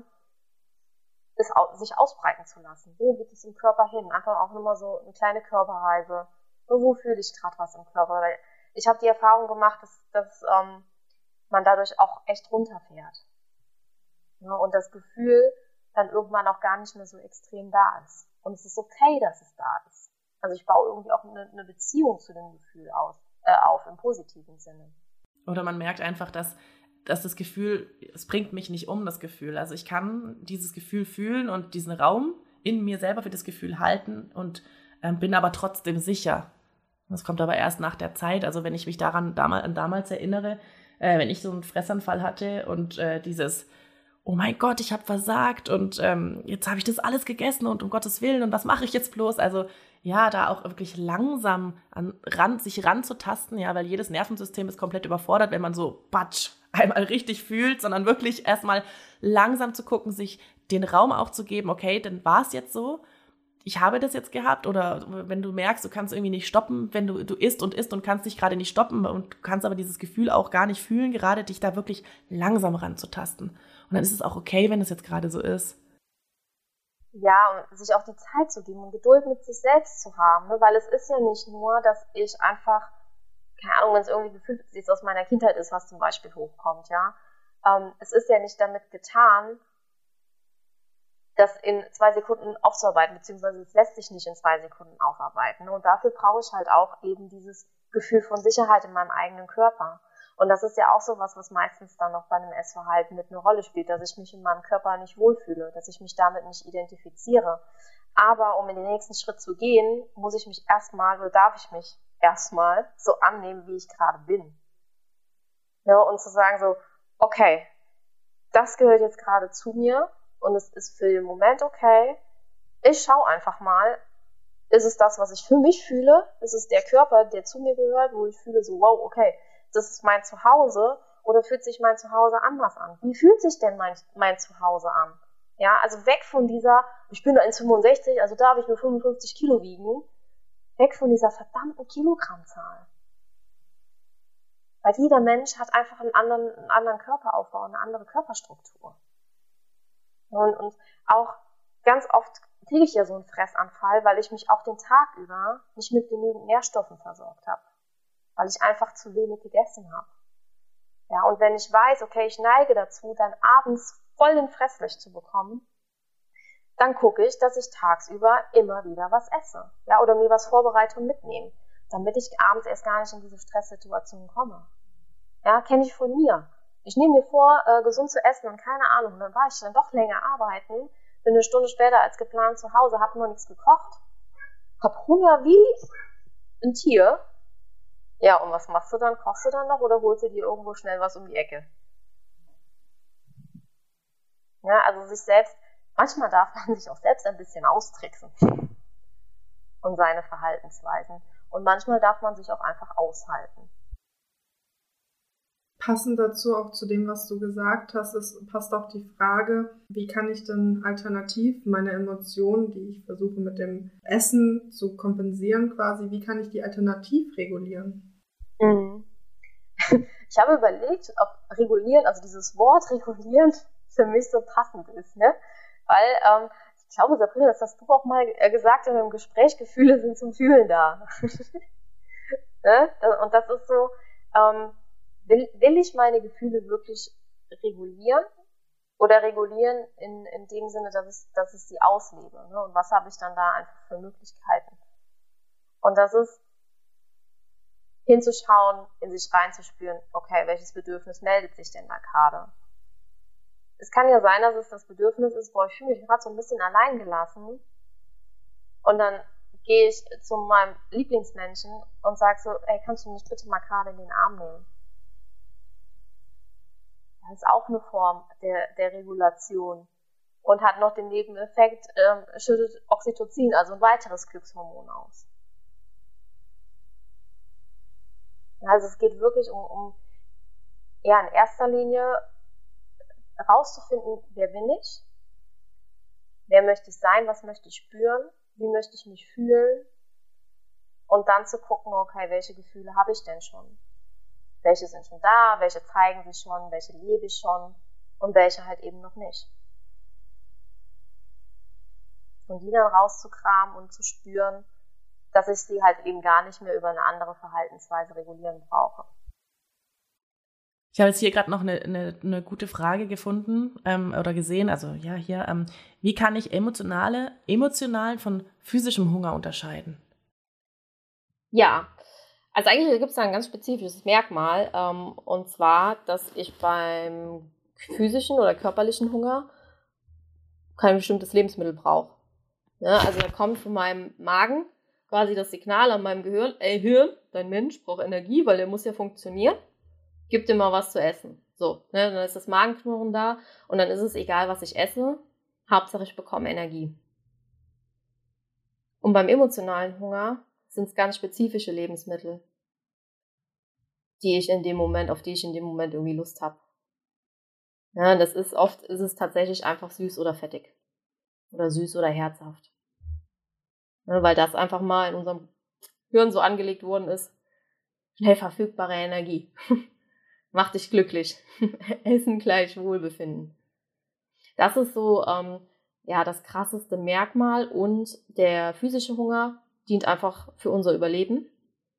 es sich ausbreiten zu lassen. Wo geht es im Körper hin? Einfach auch nur mal so eine kleine Körperreise. Wo fühle ich gerade was im Körper? Weil ich habe die Erfahrung gemacht, dass, dass ähm, man dadurch auch echt runterfährt. Ja, und das Gefühl dann irgendwann auch gar nicht mehr so extrem da ist. Und es ist okay, dass es da ist. Also ich baue irgendwie auch eine, eine Beziehung zu dem Gefühl aus, äh, auf, im positiven Sinne. Oder man merkt einfach, dass, dass das Gefühl, es bringt mich nicht um, das Gefühl. Also ich kann dieses Gefühl fühlen und diesen Raum in mir selber für das Gefühl halten und ähm, bin aber trotzdem sicher. Das kommt aber erst nach der Zeit. Also wenn ich mich daran damals, an damals erinnere, äh, wenn ich so einen Fressanfall hatte und äh, dieses, oh mein Gott, ich habe versagt und ähm, jetzt habe ich das alles gegessen und um Gottes Willen und was mache ich jetzt bloß? Also ja, da auch wirklich langsam an, ran, sich ranzutasten, ja, weil jedes Nervensystem ist komplett überfordert, wenn man so batsch einmal richtig fühlt, sondern wirklich erstmal langsam zu gucken, sich den Raum auch zu geben, okay, dann war es jetzt so, ich habe das jetzt gehabt, oder wenn du merkst, du kannst irgendwie nicht stoppen, wenn du, du isst und isst und kannst dich gerade nicht stoppen und du kannst aber dieses Gefühl auch gar nicht fühlen, gerade dich da wirklich langsam ranzutasten. Und dann ist es auch okay, wenn es jetzt gerade so ist. Ja, und sich auch die Zeit zu geben und Geduld mit sich selbst zu haben, ne? Weil es ist ja nicht nur, dass ich einfach, keine Ahnung, wenn es irgendwie Gefühl aus meiner Kindheit ist, was zum Beispiel hochkommt, ja. Ähm, es ist ja nicht damit getan, das in zwei Sekunden aufzuarbeiten, beziehungsweise es lässt sich nicht in zwei Sekunden aufarbeiten. Ne? Und dafür brauche ich halt auch eben dieses Gefühl von Sicherheit in meinem eigenen Körper. Und das ist ja auch so was, was meistens dann noch bei einem Essverhalten mit eine Rolle spielt, dass ich mich in meinem Körper nicht wohlfühle, dass ich mich damit nicht identifiziere. Aber um in den nächsten Schritt zu gehen, muss ich mich erstmal, oder darf ich mich erstmal so annehmen, wie ich gerade bin. Ja, und zu sagen so, okay, das gehört jetzt gerade zu mir und es ist für den Moment okay. Ich schaue einfach mal, ist es das, was ich für mich fühle? Ist es der Körper, der zu mir gehört, wo ich fühle so, wow, okay, das ist mein Zuhause, oder fühlt sich mein Zuhause anders an? Wie fühlt sich denn mein, mein Zuhause an? Ja, also weg von dieser, ich bin eins Komma fünfundsechzig, also darf ich nur fünfundfünfzig Kilo wiegen, weg von dieser verdammten Kilogrammzahl. Weil jeder Mensch hat einfach einen anderen, einen anderen Körperaufbau, eine andere Körperstruktur. Und, und auch ganz oft kriege ich ja so einen Fressanfall, weil ich mich auch den Tag über nicht mit genügend Nährstoffen versorgt habe. Weil ich einfach zu wenig gegessen habe. Ja, und wenn ich weiß, okay, ich neige dazu, dann abends voll den Fresslicht zu bekommen, dann gucke ich, dass ich tagsüber immer wieder was esse. Ja, oder mir was vorbereite und mitnehme, damit ich abends erst gar nicht in diese Stresssituation komme. Ja, kenne ich von mir. Ich nehme mir vor, äh, gesund zu essen und keine Ahnung, und dann war ich dann doch länger arbeiten, bin eine Stunde später als geplant zu Hause, habe noch nichts gekocht, hab Hunger wie ein Tier. Ja, und was machst du dann? Kochst du dann noch oder holst du dir irgendwo schnell was um die Ecke? Ja, also sich selbst, manchmal darf man sich auch selbst ein bisschen austricksen und seine Verhaltensweisen. Und manchmal darf man sich auch einfach aushalten. Passend dazu auch zu dem, was du gesagt hast, ist, passt auch die Frage, wie kann ich denn alternativ meine Emotionen, die ich versuche mit dem Essen zu kompensieren quasi, wie kann ich die alternativ regulieren? Mhm. Ich habe überlegt, ob regulieren, also dieses Wort regulieren für mich so passend ist, ne? Weil, ähm, ich glaube, Sabrina, das hast du auch mal gesagt in einem Gespräch, Gefühle sind zum Fühlen da. Ne? Und das ist so, ähm, will, will ich meine Gefühle wirklich regulieren oder regulieren in, in dem Sinne, dass ich, dass ich sie auslebe, ne? Und was habe ich dann da einfach für Möglichkeiten? Und das ist hinzuschauen, in sich reinzuspüren, okay, welches Bedürfnis meldet sich denn da gerade? Es kann ja sein, dass es das Bedürfnis ist, boah, ich fühle mich gerade so ein bisschen allein gelassen und dann gehe ich zu meinem Lieblingsmenschen und sage so, ey, kannst du mich bitte mal gerade in den Arm nehmen? Das ist auch eine Form der, der Regulation und hat noch den Nebeneffekt, ähm, schüttet Oxytocin, also ein weiteres Glückshormon aus. Also es geht wirklich um, um eher in erster Linie rauszufinden, wer bin ich, wer möchte ich sein, was möchte ich spüren, wie möchte ich mich fühlen und dann zu gucken, okay, welche Gefühle habe ich denn schon? Welche sind schon da, welche zeigen sich schon, welche lebe ich schon und welche halt eben noch nicht. Und die dann rauszukramen und zu spüren, dass ich sie halt eben gar nicht mehr über eine andere Verhaltensweise regulieren brauche. Ich habe jetzt hier gerade noch eine, eine, eine gute Frage gefunden ähm, oder gesehen. Also ja, hier, ähm, wie kann ich emotionale, emotionalen von physischem Hunger unterscheiden? Ja, also eigentlich gibt es da ein ganz spezifisches Merkmal. Ähm, und zwar, dass ich beim physischen oder körperlichen Hunger kein bestimmtes Lebensmittel brauche. Ja, also da kommt von meinem Magen quasi das Signal an meinem Gehirn, ey Hirn, dein Mensch braucht Energie, weil der muss ja funktionieren. Gib dir mal was zu essen. So, ne, dann ist das Magenknurren da und dann ist es egal, was ich esse. Hauptsache, ich bekomme Energie. Und beim emotionalen Hunger sind es ganz spezifische Lebensmittel, die ich in dem Moment, auf die ich in dem Moment irgendwie Lust habe. Ja, das ist oft, ist es tatsächlich einfach süß oder fettig. Oder süß oder herzhaft. Ja, weil das einfach mal in unserem Hirn so angelegt worden ist. Schnell verfügbare Energie. Macht dich glücklich. Essen gleich Wohlbefinden. Das ist so ähm, ja das krasseste Merkmal und der physische Hunger dient einfach für unser Überleben.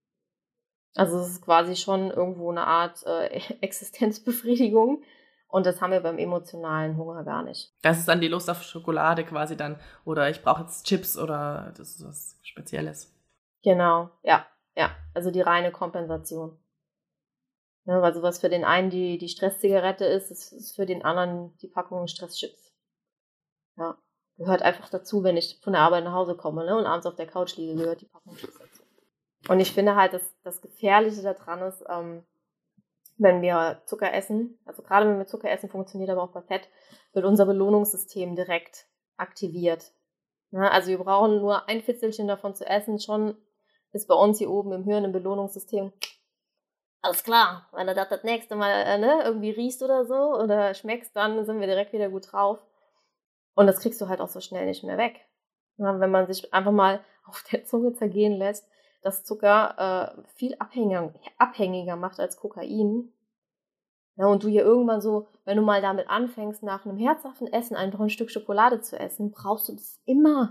Also es ist quasi schon irgendwo eine Art äh, Existenzbefriedigung und das haben wir beim emotionalen Hunger gar nicht. Das ist dann die Lust auf Schokolade quasi dann oder ich brauche jetzt Chips oder das ist was Spezielles. Genau, ja, ja, also die reine Kompensation. Ja, also was für den einen die, die Stresszigarette ist, ist, ist für den anderen die Packung Stresschips. Ja, gehört einfach dazu, wenn ich von der Arbeit nach Hause komme, ne, und abends auf der Couch liege, gehört die Packung Chips dazu. Und ich finde halt, dass das Gefährliche daran ist, ähm, wenn wir Zucker essen, also gerade wenn wir Zucker essen, funktioniert aber auch bei Fett, wird unser Belohnungssystem direkt aktiviert. Ja, also wir brauchen nur ein Fitzelchen davon zu essen, schon ist bei uns hier oben im Hirn im Belohnungssystem alles klar, wenn du das das nächste Mal äh, ne, irgendwie riechst oder so oder schmeckst, dann sind wir direkt wieder gut drauf. Und das kriegst du halt auch so schnell nicht mehr weg. Ja, wenn man sich einfach mal auf der Zunge zergehen lässt, dass Zucker äh, viel abhängiger, abhängiger macht als Kokain. Ja, und du hier irgendwann so, wenn du mal damit anfängst, nach einem herzhaften Essen einfach ein Stück Schokolade zu essen, brauchst du das immer.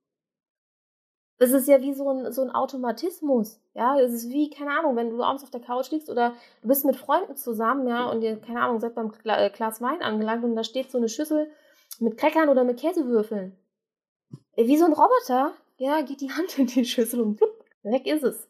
Das ist ja wie so ein, so ein Automatismus, ja, es ist wie, keine Ahnung, wenn du abends auf der Couch liegst oder du bist mit Freunden zusammen, ja, und ihr, keine Ahnung, seid beim Gla- Glas Wein angelangt und da steht so eine Schüssel mit Crackern oder mit Käsewürfeln. Wie so ein Roboter, ja, geht die Hand in die Schüssel und plupp, weg ist es.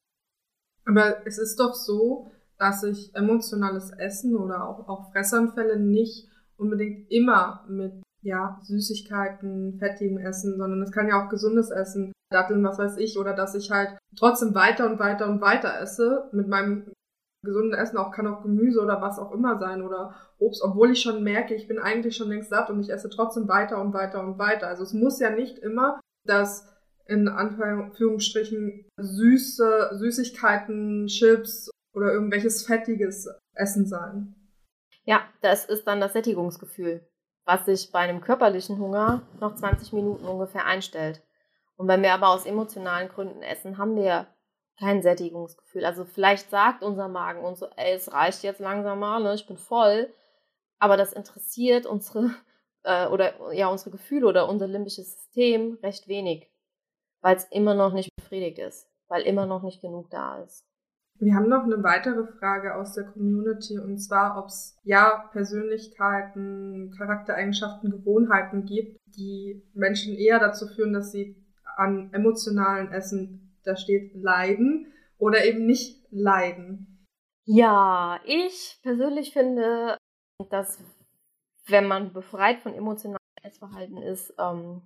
Aber es ist doch so, dass sich emotionales Essen oder auch, auch Fressanfälle nicht unbedingt immer mit ja, Süßigkeiten, fettigem Essen, sondern es kann ja auch gesundes Essen, Datteln, was weiß ich, oder dass ich halt trotzdem weiter und weiter und weiter esse mit meinem gesunden Essen, auch kann auch Gemüse oder was auch immer sein oder Obst, obwohl ich schon merke, ich bin eigentlich schon längst satt und ich esse trotzdem weiter und weiter und weiter. Also es muss ja nicht immer das in Anführungsstrichen süße Süßigkeiten, Chips oder irgendwelches fettiges Essen sein. Ja, das ist dann das Sättigungsgefühl, was sich bei einem körperlichen Hunger noch zwanzig Minuten ungefähr einstellt. Und wenn wir aber aus emotionalen Gründen essen, haben wir kein Sättigungsgefühl. Also vielleicht sagt unser Magen uns so, ey, es reicht jetzt langsam mal, ne, ich bin voll. Aber das interessiert unsere äh, oder ja unsere Gefühle oder unser limbisches System recht wenig, weil es immer noch nicht befriedigt ist, weil immer noch nicht genug da ist. Wir haben noch eine weitere Frage aus der Community und zwar, ob es ja Persönlichkeiten, Charaktereigenschaften, Gewohnheiten gibt, die Menschen eher dazu führen, dass sie an emotionalen Essen, da steht, leiden oder eben nicht leiden. Ja, ich persönlich finde, dass wenn man befreit von emotionalem Essverhalten ist, ähm,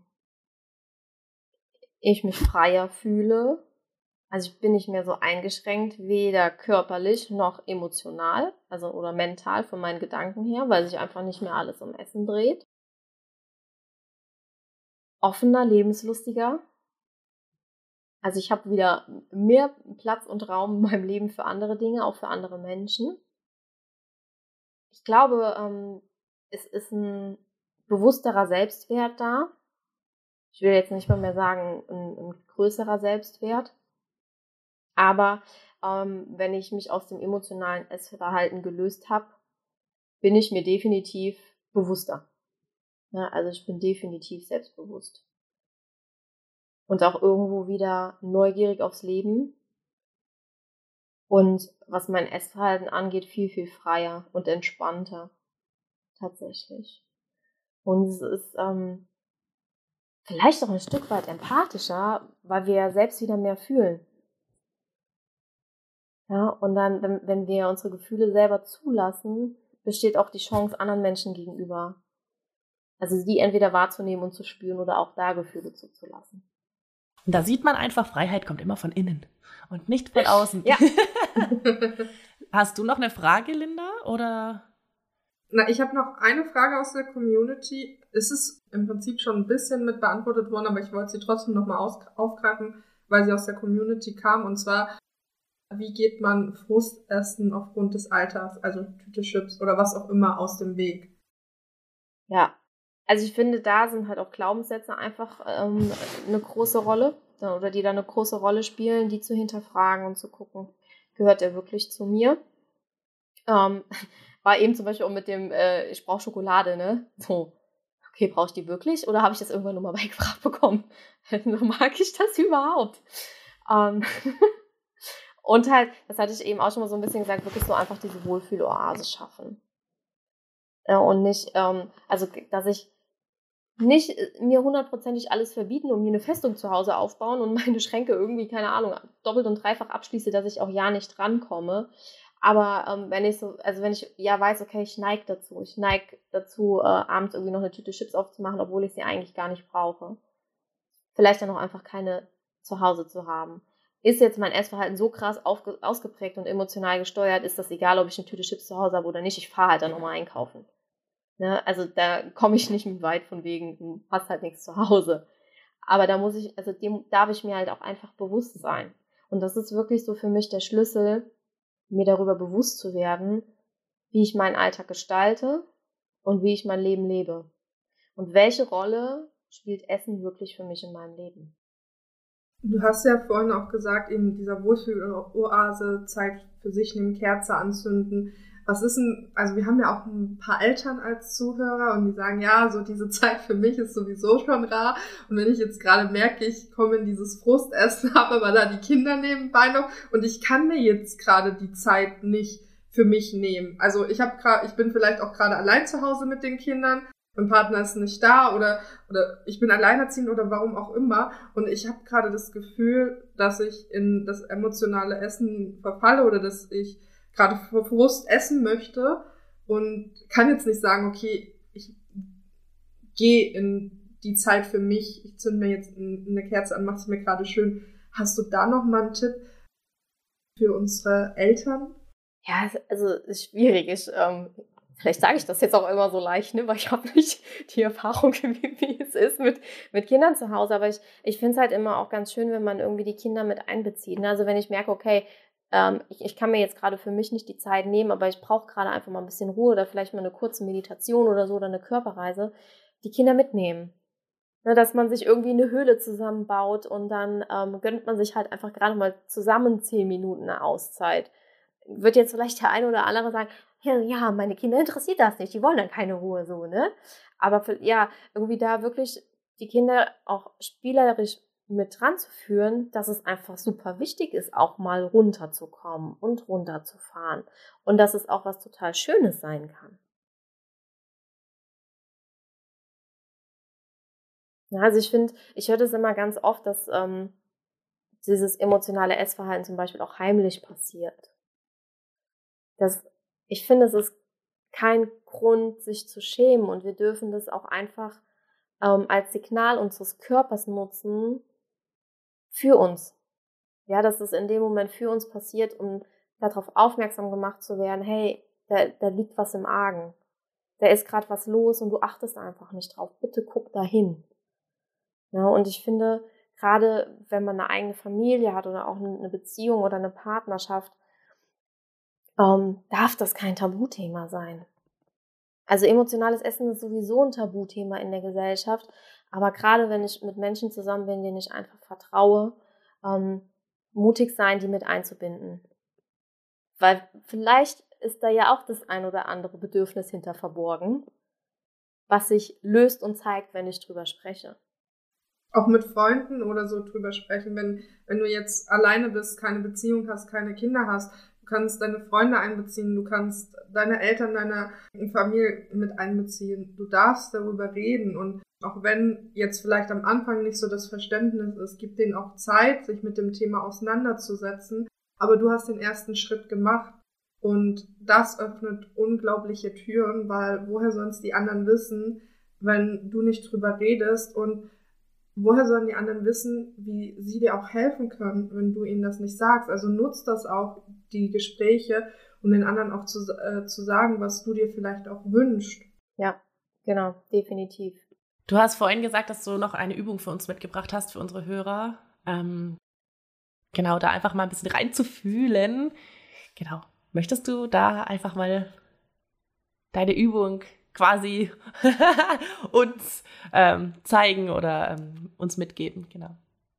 ich mich freier fühle. Also ich bin nicht mehr so eingeschränkt, weder körperlich noch emotional, also oder mental von meinen Gedanken her, weil sich einfach nicht mehr alles um Essen dreht. Offener, lebenslustiger. Also ich habe wieder mehr Platz und Raum in meinem Leben für andere Dinge, auch für andere Menschen. ich glaube, ähm, es ist ein bewussterer Selbstwert da. Ich will jetzt nicht mal mehr sagen, ein, ein größerer Selbstwert. Aber ähm, wenn ich mich aus dem emotionalen Essverhalten gelöst habe, bin ich mir definitiv bewusster. Ja, also ich bin definitiv selbstbewusst. Und auch irgendwo wieder neugierig aufs Leben. Und was mein Essverhalten angeht, viel, viel freier und entspannter. Tatsächlich. Und es ist ähm, vielleicht auch ein Stück weit empathischer, weil wir ja selbst wieder mehr fühlen. Ja, und dann, wenn, wenn wir unsere Gefühle selber zulassen, besteht auch die Chance anderen Menschen gegenüber. Also die entweder wahrzunehmen und zu spüren oder auch da Gefühle zuzulassen. Und da sieht man einfach, Freiheit kommt immer von innen und nicht von außen. Ja. Hast du noch eine Frage, Linda? Oder? Na, ich habe noch eine Frage aus der Community. Es ist im Prinzip schon ein bisschen mit beantwortet worden, aber ich wollte sie trotzdem nochmal aufgreifen, weil sie aus der Community kam. Und zwar, wie geht man Frustessen aufgrund des Alters, also Tüte Chips oder was auch immer, aus dem Weg? Ja, also ich finde, da sind halt auch Glaubenssätze einfach ähm, eine große Rolle oder die da eine große Rolle spielen, die zu hinterfragen und zu gucken, gehört er wirklich zu mir? Ähm, war eben zum Beispiel auch mit dem, äh, ich brauche Schokolade, ne? So, okay, brauche ich die wirklich? Oder habe ich das irgendwann nochmal beigebracht bekommen? Mag ich das überhaupt? Ähm, und halt, das hatte ich eben auch schon mal so ein bisschen gesagt, wirklich so einfach diese Wohlfühloase schaffen. Ja, und nicht, ähm, also, dass ich nicht mir hundertprozentig alles verbieten und mir eine Festung zu Hause aufbauen und meine Schränke irgendwie, keine Ahnung, doppelt und dreifach abschließe, dass ich auch ja nicht rankomme. Aber ähm, wenn ich so, also wenn ich ja weiß, okay, ich neige dazu, ich neige dazu, äh, abends irgendwie noch eine Tüte Chips aufzumachen, obwohl ich sie eigentlich gar nicht brauche. Vielleicht dann auch einfach keine zu Hause zu haben. Ist jetzt mein Essverhalten so krass aufge- ausgeprägt und emotional gesteuert, ist das egal, ob ich eine Tüte Chips zu Hause habe oder nicht, ich fahre halt dann nochmal einkaufen. Ne? Also da komme ich nicht mit weit von wegen, du hast halt nichts zu Hause. Aber da muss ich, also dem darf ich mir halt auch einfach bewusst sein. Und das ist wirklich so für mich der Schlüssel, mir darüber bewusst zu werden, wie ich meinen Alltag gestalte und wie ich mein Leben lebe. Und welche Rolle spielt Essen wirklich für mich in meinem Leben? Du hast ja vorhin auch gesagt, eben dieser Wohlfühl-Oase, Zeit für sich nehmen, Kerze anzünden. Was ist denn, also wir haben ja auch ein paar Eltern als Zuhörer und die sagen, ja, so diese Zeit für mich ist sowieso schon rar. Und wenn ich jetzt gerade merke, ich komme in dieses Frustessen, habe aber da die Kinder nebenbei noch und ich kann mir jetzt gerade die Zeit nicht für mich nehmen. Also ich habe gerade, ich bin vielleicht auch gerade allein zu Hause mit den Kindern, mein Partner ist nicht da oder oder ich bin alleinerziehend oder warum auch immer und ich habe gerade das Gefühl, dass ich in das emotionale Essen verfalle oder dass ich gerade vor Frust essen möchte und kann jetzt nicht sagen, okay, ich gehe in die Zeit für mich, ich zünde mir jetzt eine Kerze an, mach's mir gerade schön. Hast du da noch mal einen Tipp für unsere Eltern? Ja, also es ist schwierig. Ich, ähm, vielleicht sage ich das jetzt auch immer so leicht, ne, weil ich habe nicht die Erfahrung, wie, wie es ist mit, mit Kindern zu Hause. Aber ich, ich finde es halt immer auch ganz schön, wenn man irgendwie die Kinder mit einbezieht. Ne? Also wenn ich merke, okay, ähm, ich, ich kann mir jetzt gerade für mich nicht die Zeit nehmen, aber ich brauche gerade einfach mal ein bisschen Ruhe oder vielleicht mal eine kurze Meditation oder so oder eine Körperreise, die Kinder mitnehmen. Ne, dass man sich irgendwie eine Höhle zusammenbaut und dann ähm, gönnt man sich halt einfach gerade mal zusammen zehn Minuten eine Auszeit. Wird jetzt vielleicht der eine oder andere sagen, ja, ja, meine Kinder interessiert das nicht, die wollen dann keine Ruhe so, ne? Aber für, ja, irgendwie da wirklich die Kinder auch spielerisch mit dran zu führen, dass es einfach super wichtig ist, auch mal runterzukommen und runterzufahren. Und dass es auch was total Schönes sein kann. Ja, also ich finde, ich höre das immer ganz oft, dass ähm, dieses emotionale Essverhalten zum Beispiel auch heimlich passiert. Das, ich finde, es ist kein Grund, sich zu schämen und wir dürfen das auch einfach ähm, als Signal unseres Körpers nutzen für uns. Ja, dass es in dem Moment für uns passiert, um darauf aufmerksam gemacht zu werden, hey, da, da liegt was im Argen. Da ist gerade was los und du achtest einfach nicht drauf. Bitte guck dahin. Ja, und ich finde, gerade wenn man eine eigene Familie hat oder auch eine Beziehung oder eine Partnerschaft, ähm, darf das kein Tabuthema sein. Also emotionales Essen ist sowieso ein Tabuthema in der Gesellschaft, aber gerade wenn ich mit Menschen zusammen bin, denen ich einfach vertraue, ähm, mutig sein, die mit einzubinden. Weil vielleicht ist da ja auch das ein oder andere Bedürfnis hinter verborgen, was sich löst und zeigt, wenn ich drüber spreche. Auch mit Freunden oder so drüber sprechen, wenn, wenn du jetzt alleine bist, keine Beziehung hast, keine Kinder hast, du kannst deine Freunde einbeziehen, du kannst deine Eltern, deine Familie mit einbeziehen, du darfst darüber reden und auch wenn jetzt vielleicht am Anfang nicht so das Verständnis ist, gibt denen auch Zeit, sich mit dem Thema auseinanderzusetzen, aber du hast den ersten Schritt gemacht und das öffnet unglaubliche Türen, weil woher sollen es die anderen wissen, wenn du nicht drüber redest und woher sollen die anderen wissen, wie sie dir auch helfen können, wenn du ihnen das nicht sagst? Also nutzt das auch, die Gespräche, um den anderen auch zu, äh, zu sagen, was du dir vielleicht auch wünschst. Ja, genau, definitiv. Du hast vorhin gesagt, dass du noch eine Übung für uns mitgebracht hast, für unsere Hörer. Ähm, genau, da einfach mal ein bisschen reinzufühlen. Genau. Möchtest du da einfach mal deine Übung quasi uns ähm, zeigen oder ähm, uns mitgeben? Genau.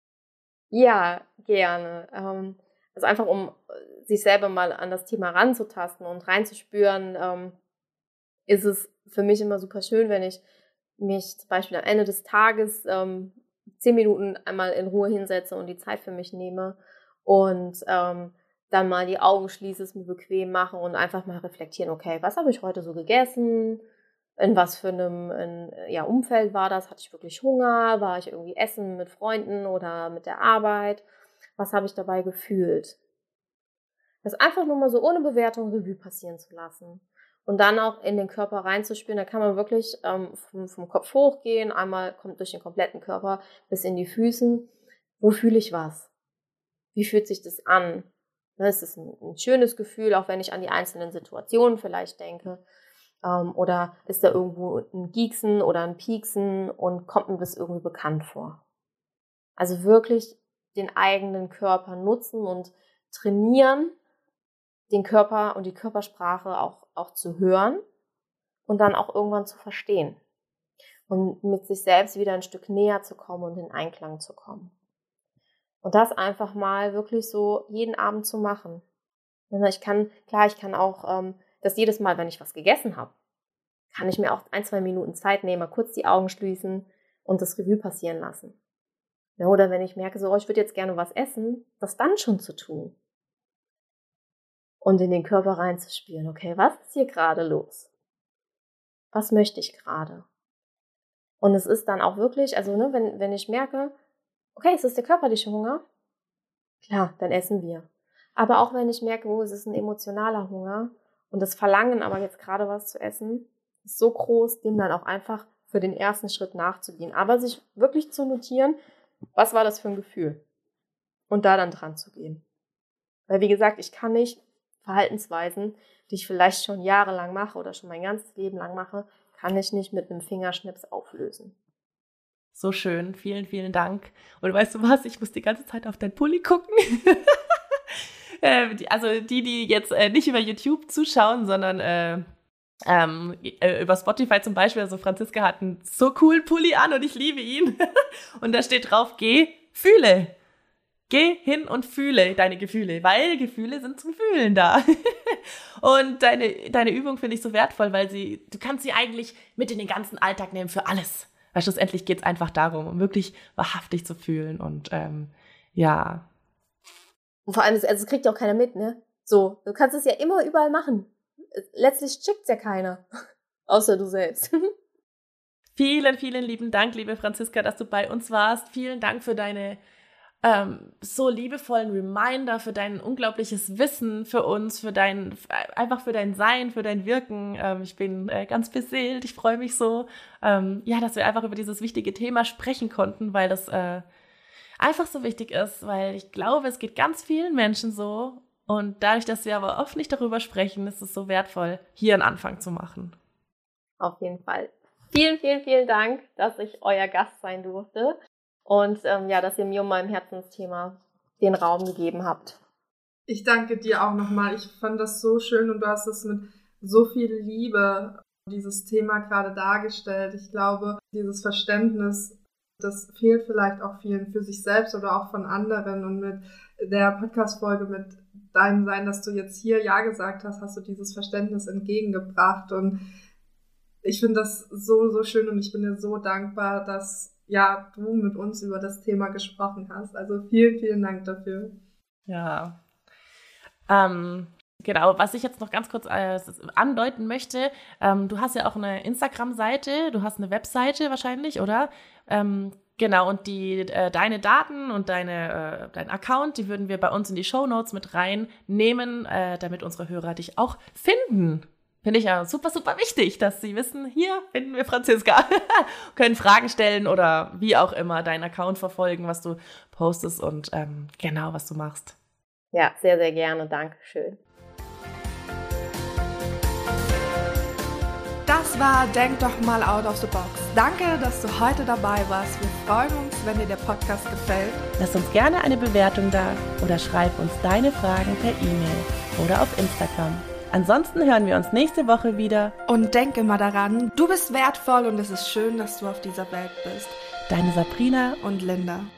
Ja, gerne. Ähm, also einfach, um sich selber mal an das Thema ranzutasten und reinzuspüren, ähm, ist es für mich immer super schön, wenn ich mich zum Beispiel am Ende des Tages ähm, zehn Minuten einmal in Ruhe hinsetze und die Zeit für mich nehme und ähm, dann mal die Augen schließe, es mir bequem mache und einfach mal reflektieren, okay, was habe ich heute so gegessen? In was für einem in, ja, Umfeld war das? Hatte ich wirklich Hunger? War ich irgendwie essen mit Freunden oder mit der Arbeit? Was habe ich dabei gefühlt? Das einfach nur mal so ohne Bewertung Revue passieren zu lassen. Und dann auch in den Körper reinzuspüren. Da kann man wirklich ähm, vom, vom Kopf hochgehen, einmal kommt durch den kompletten Körper bis in die Füßen. Wo fühle ich was? Wie fühlt sich das an? Es ist ein, ein schönes Gefühl, auch wenn ich an die einzelnen Situationen vielleicht denke. Ähm, oder ist da irgendwo ein Gieksen oder ein Pieksen und kommt mir das irgendwie bekannt vor? Also wirklich den eigenen Körper nutzen und trainieren, den Körper und die Körpersprache auch, auch zu hören und dann auch irgendwann zu verstehen und mit sich selbst wieder ein Stück näher zu kommen und in Einklang zu kommen. Und das einfach mal wirklich so jeden Abend zu machen. Ich kann, klar, ich kann auch ähm, das jedes Mal, wenn ich was gegessen habe, kann ich mir auch ein, zwei Minuten Zeit nehmen, mal kurz die Augen schließen und das Revue passieren lassen. Ja, oder wenn ich merke, so, oh, ich würde jetzt gerne was essen, das dann schon zu tun. Und in den Körper reinzuspüren, okay, was ist hier gerade los? Was möchte ich gerade? Und es ist dann auch wirklich, also ne, wenn, wenn ich merke, okay, es ist der körperliche Hunger, klar, dann essen wir. Aber auch wenn ich merke, oh, es ist ein emotionaler Hunger und das Verlangen, aber jetzt gerade was zu essen, ist so groß, dem dann auch einfach für den ersten Schritt nachzugehen. Aber sich wirklich zu notieren, was war das für ein Gefühl? Und da dann dran zu gehen. Weil wie gesagt, ich kann nicht Verhaltensweisen, die ich vielleicht schon jahrelang mache oder schon mein ganzes Leben lang mache, kann ich nicht mit einem Fingerschnips auflösen. So schön, vielen, vielen Dank. Und weißt du was, ich muss die ganze Zeit auf dein Pulli gucken. äh, die, also die, die jetzt äh, nicht über YouTube zuschauen, sondern äh, ähm, äh, über Spotify zum Beispiel, also Franziska hat einen so coolen Pulli an und ich liebe ihn. Und da steht drauf, geh, fühle. Geh hin und fühle deine Gefühle, weil Gefühle sind zum Fühlen da. Und deine, deine Übung finde ich so wertvoll, weil sie, du kannst sie eigentlich mit in den ganzen Alltag nehmen für alles. Weil schlussendlich geht es einfach darum, um wirklich wahrhaftig zu fühlen und ähm, ja. Und vor allem, also es kriegt ja auch keiner mit, ne? So, du kannst es ja immer überall machen. Letztlich checkt's ja keiner. Außer du selbst. Vielen, vielen lieben Dank, liebe Franziska, dass du bei uns warst. Vielen Dank für deine ähm, so liebevollen Reminder, für dein unglaubliches Wissen für uns, für dein, einfach für dein Sein, für dein Wirken. Ähm, ich bin äh, ganz beseelt, ich freue mich so, ähm, ja, dass wir einfach über dieses wichtige Thema sprechen konnten, weil das äh, einfach so wichtig ist, weil ich glaube, es geht ganz vielen Menschen so und dadurch, dass wir aber oft nicht darüber sprechen, ist es so wertvoll, hier einen Anfang zu machen. Auf jeden Fall. Vielen, vielen, vielen Dank, dass ich euer Gast sein durfte. Und ähm, ja, dass ihr mir um mein Herzensthema den Raum gegeben habt. Ich danke dir auch nochmal. Ich fand das so schön und du hast es mit so viel Liebe dieses Thema gerade dargestellt. Ich glaube, dieses Verständnis, das fehlt vielleicht auch vielen für sich selbst oder auch von anderen. Und mit der Podcast-Folge, mit deinem Sein, dass du jetzt hier Ja gesagt hast, hast du dieses Verständnis entgegengebracht. Und ich finde das so, so schön und ich bin dir so dankbar, dass ja du mit uns über das Thema gesprochen hast. Also vielen, vielen Dank dafür. Ja, ähm, genau, was ich jetzt noch ganz kurz äh, andeuten möchte, ähm, du hast ja auch eine Instagram-Seite, du hast eine Webseite wahrscheinlich, oder? Ähm, genau, und die äh, deine Daten und deine, äh, dein Account, die würden wir bei uns in die Shownotes mit reinnehmen, äh, damit unsere Hörer dich auch finden. Finde ich ja super, super wichtig, dass sie wissen, hier finden wir Franziska. Können Fragen stellen oder wie auch immer deinen Account verfolgen, was du postest und ähm, genau, was du machst. Ja, sehr, sehr gerne. Dankeschön. Das war Denk doch mal out of the box. Danke, dass du heute dabei warst. Wir freuen uns, wenn dir der Podcast gefällt. Lass uns gerne eine Bewertung da oder schreib uns deine Fragen per E-Mail oder auf Instagram. Ansonsten hören wir uns nächste Woche wieder. Und denk immer daran, du bist wertvoll und es ist schön, dass du auf dieser Welt bist. Deine Sabrina und Linda.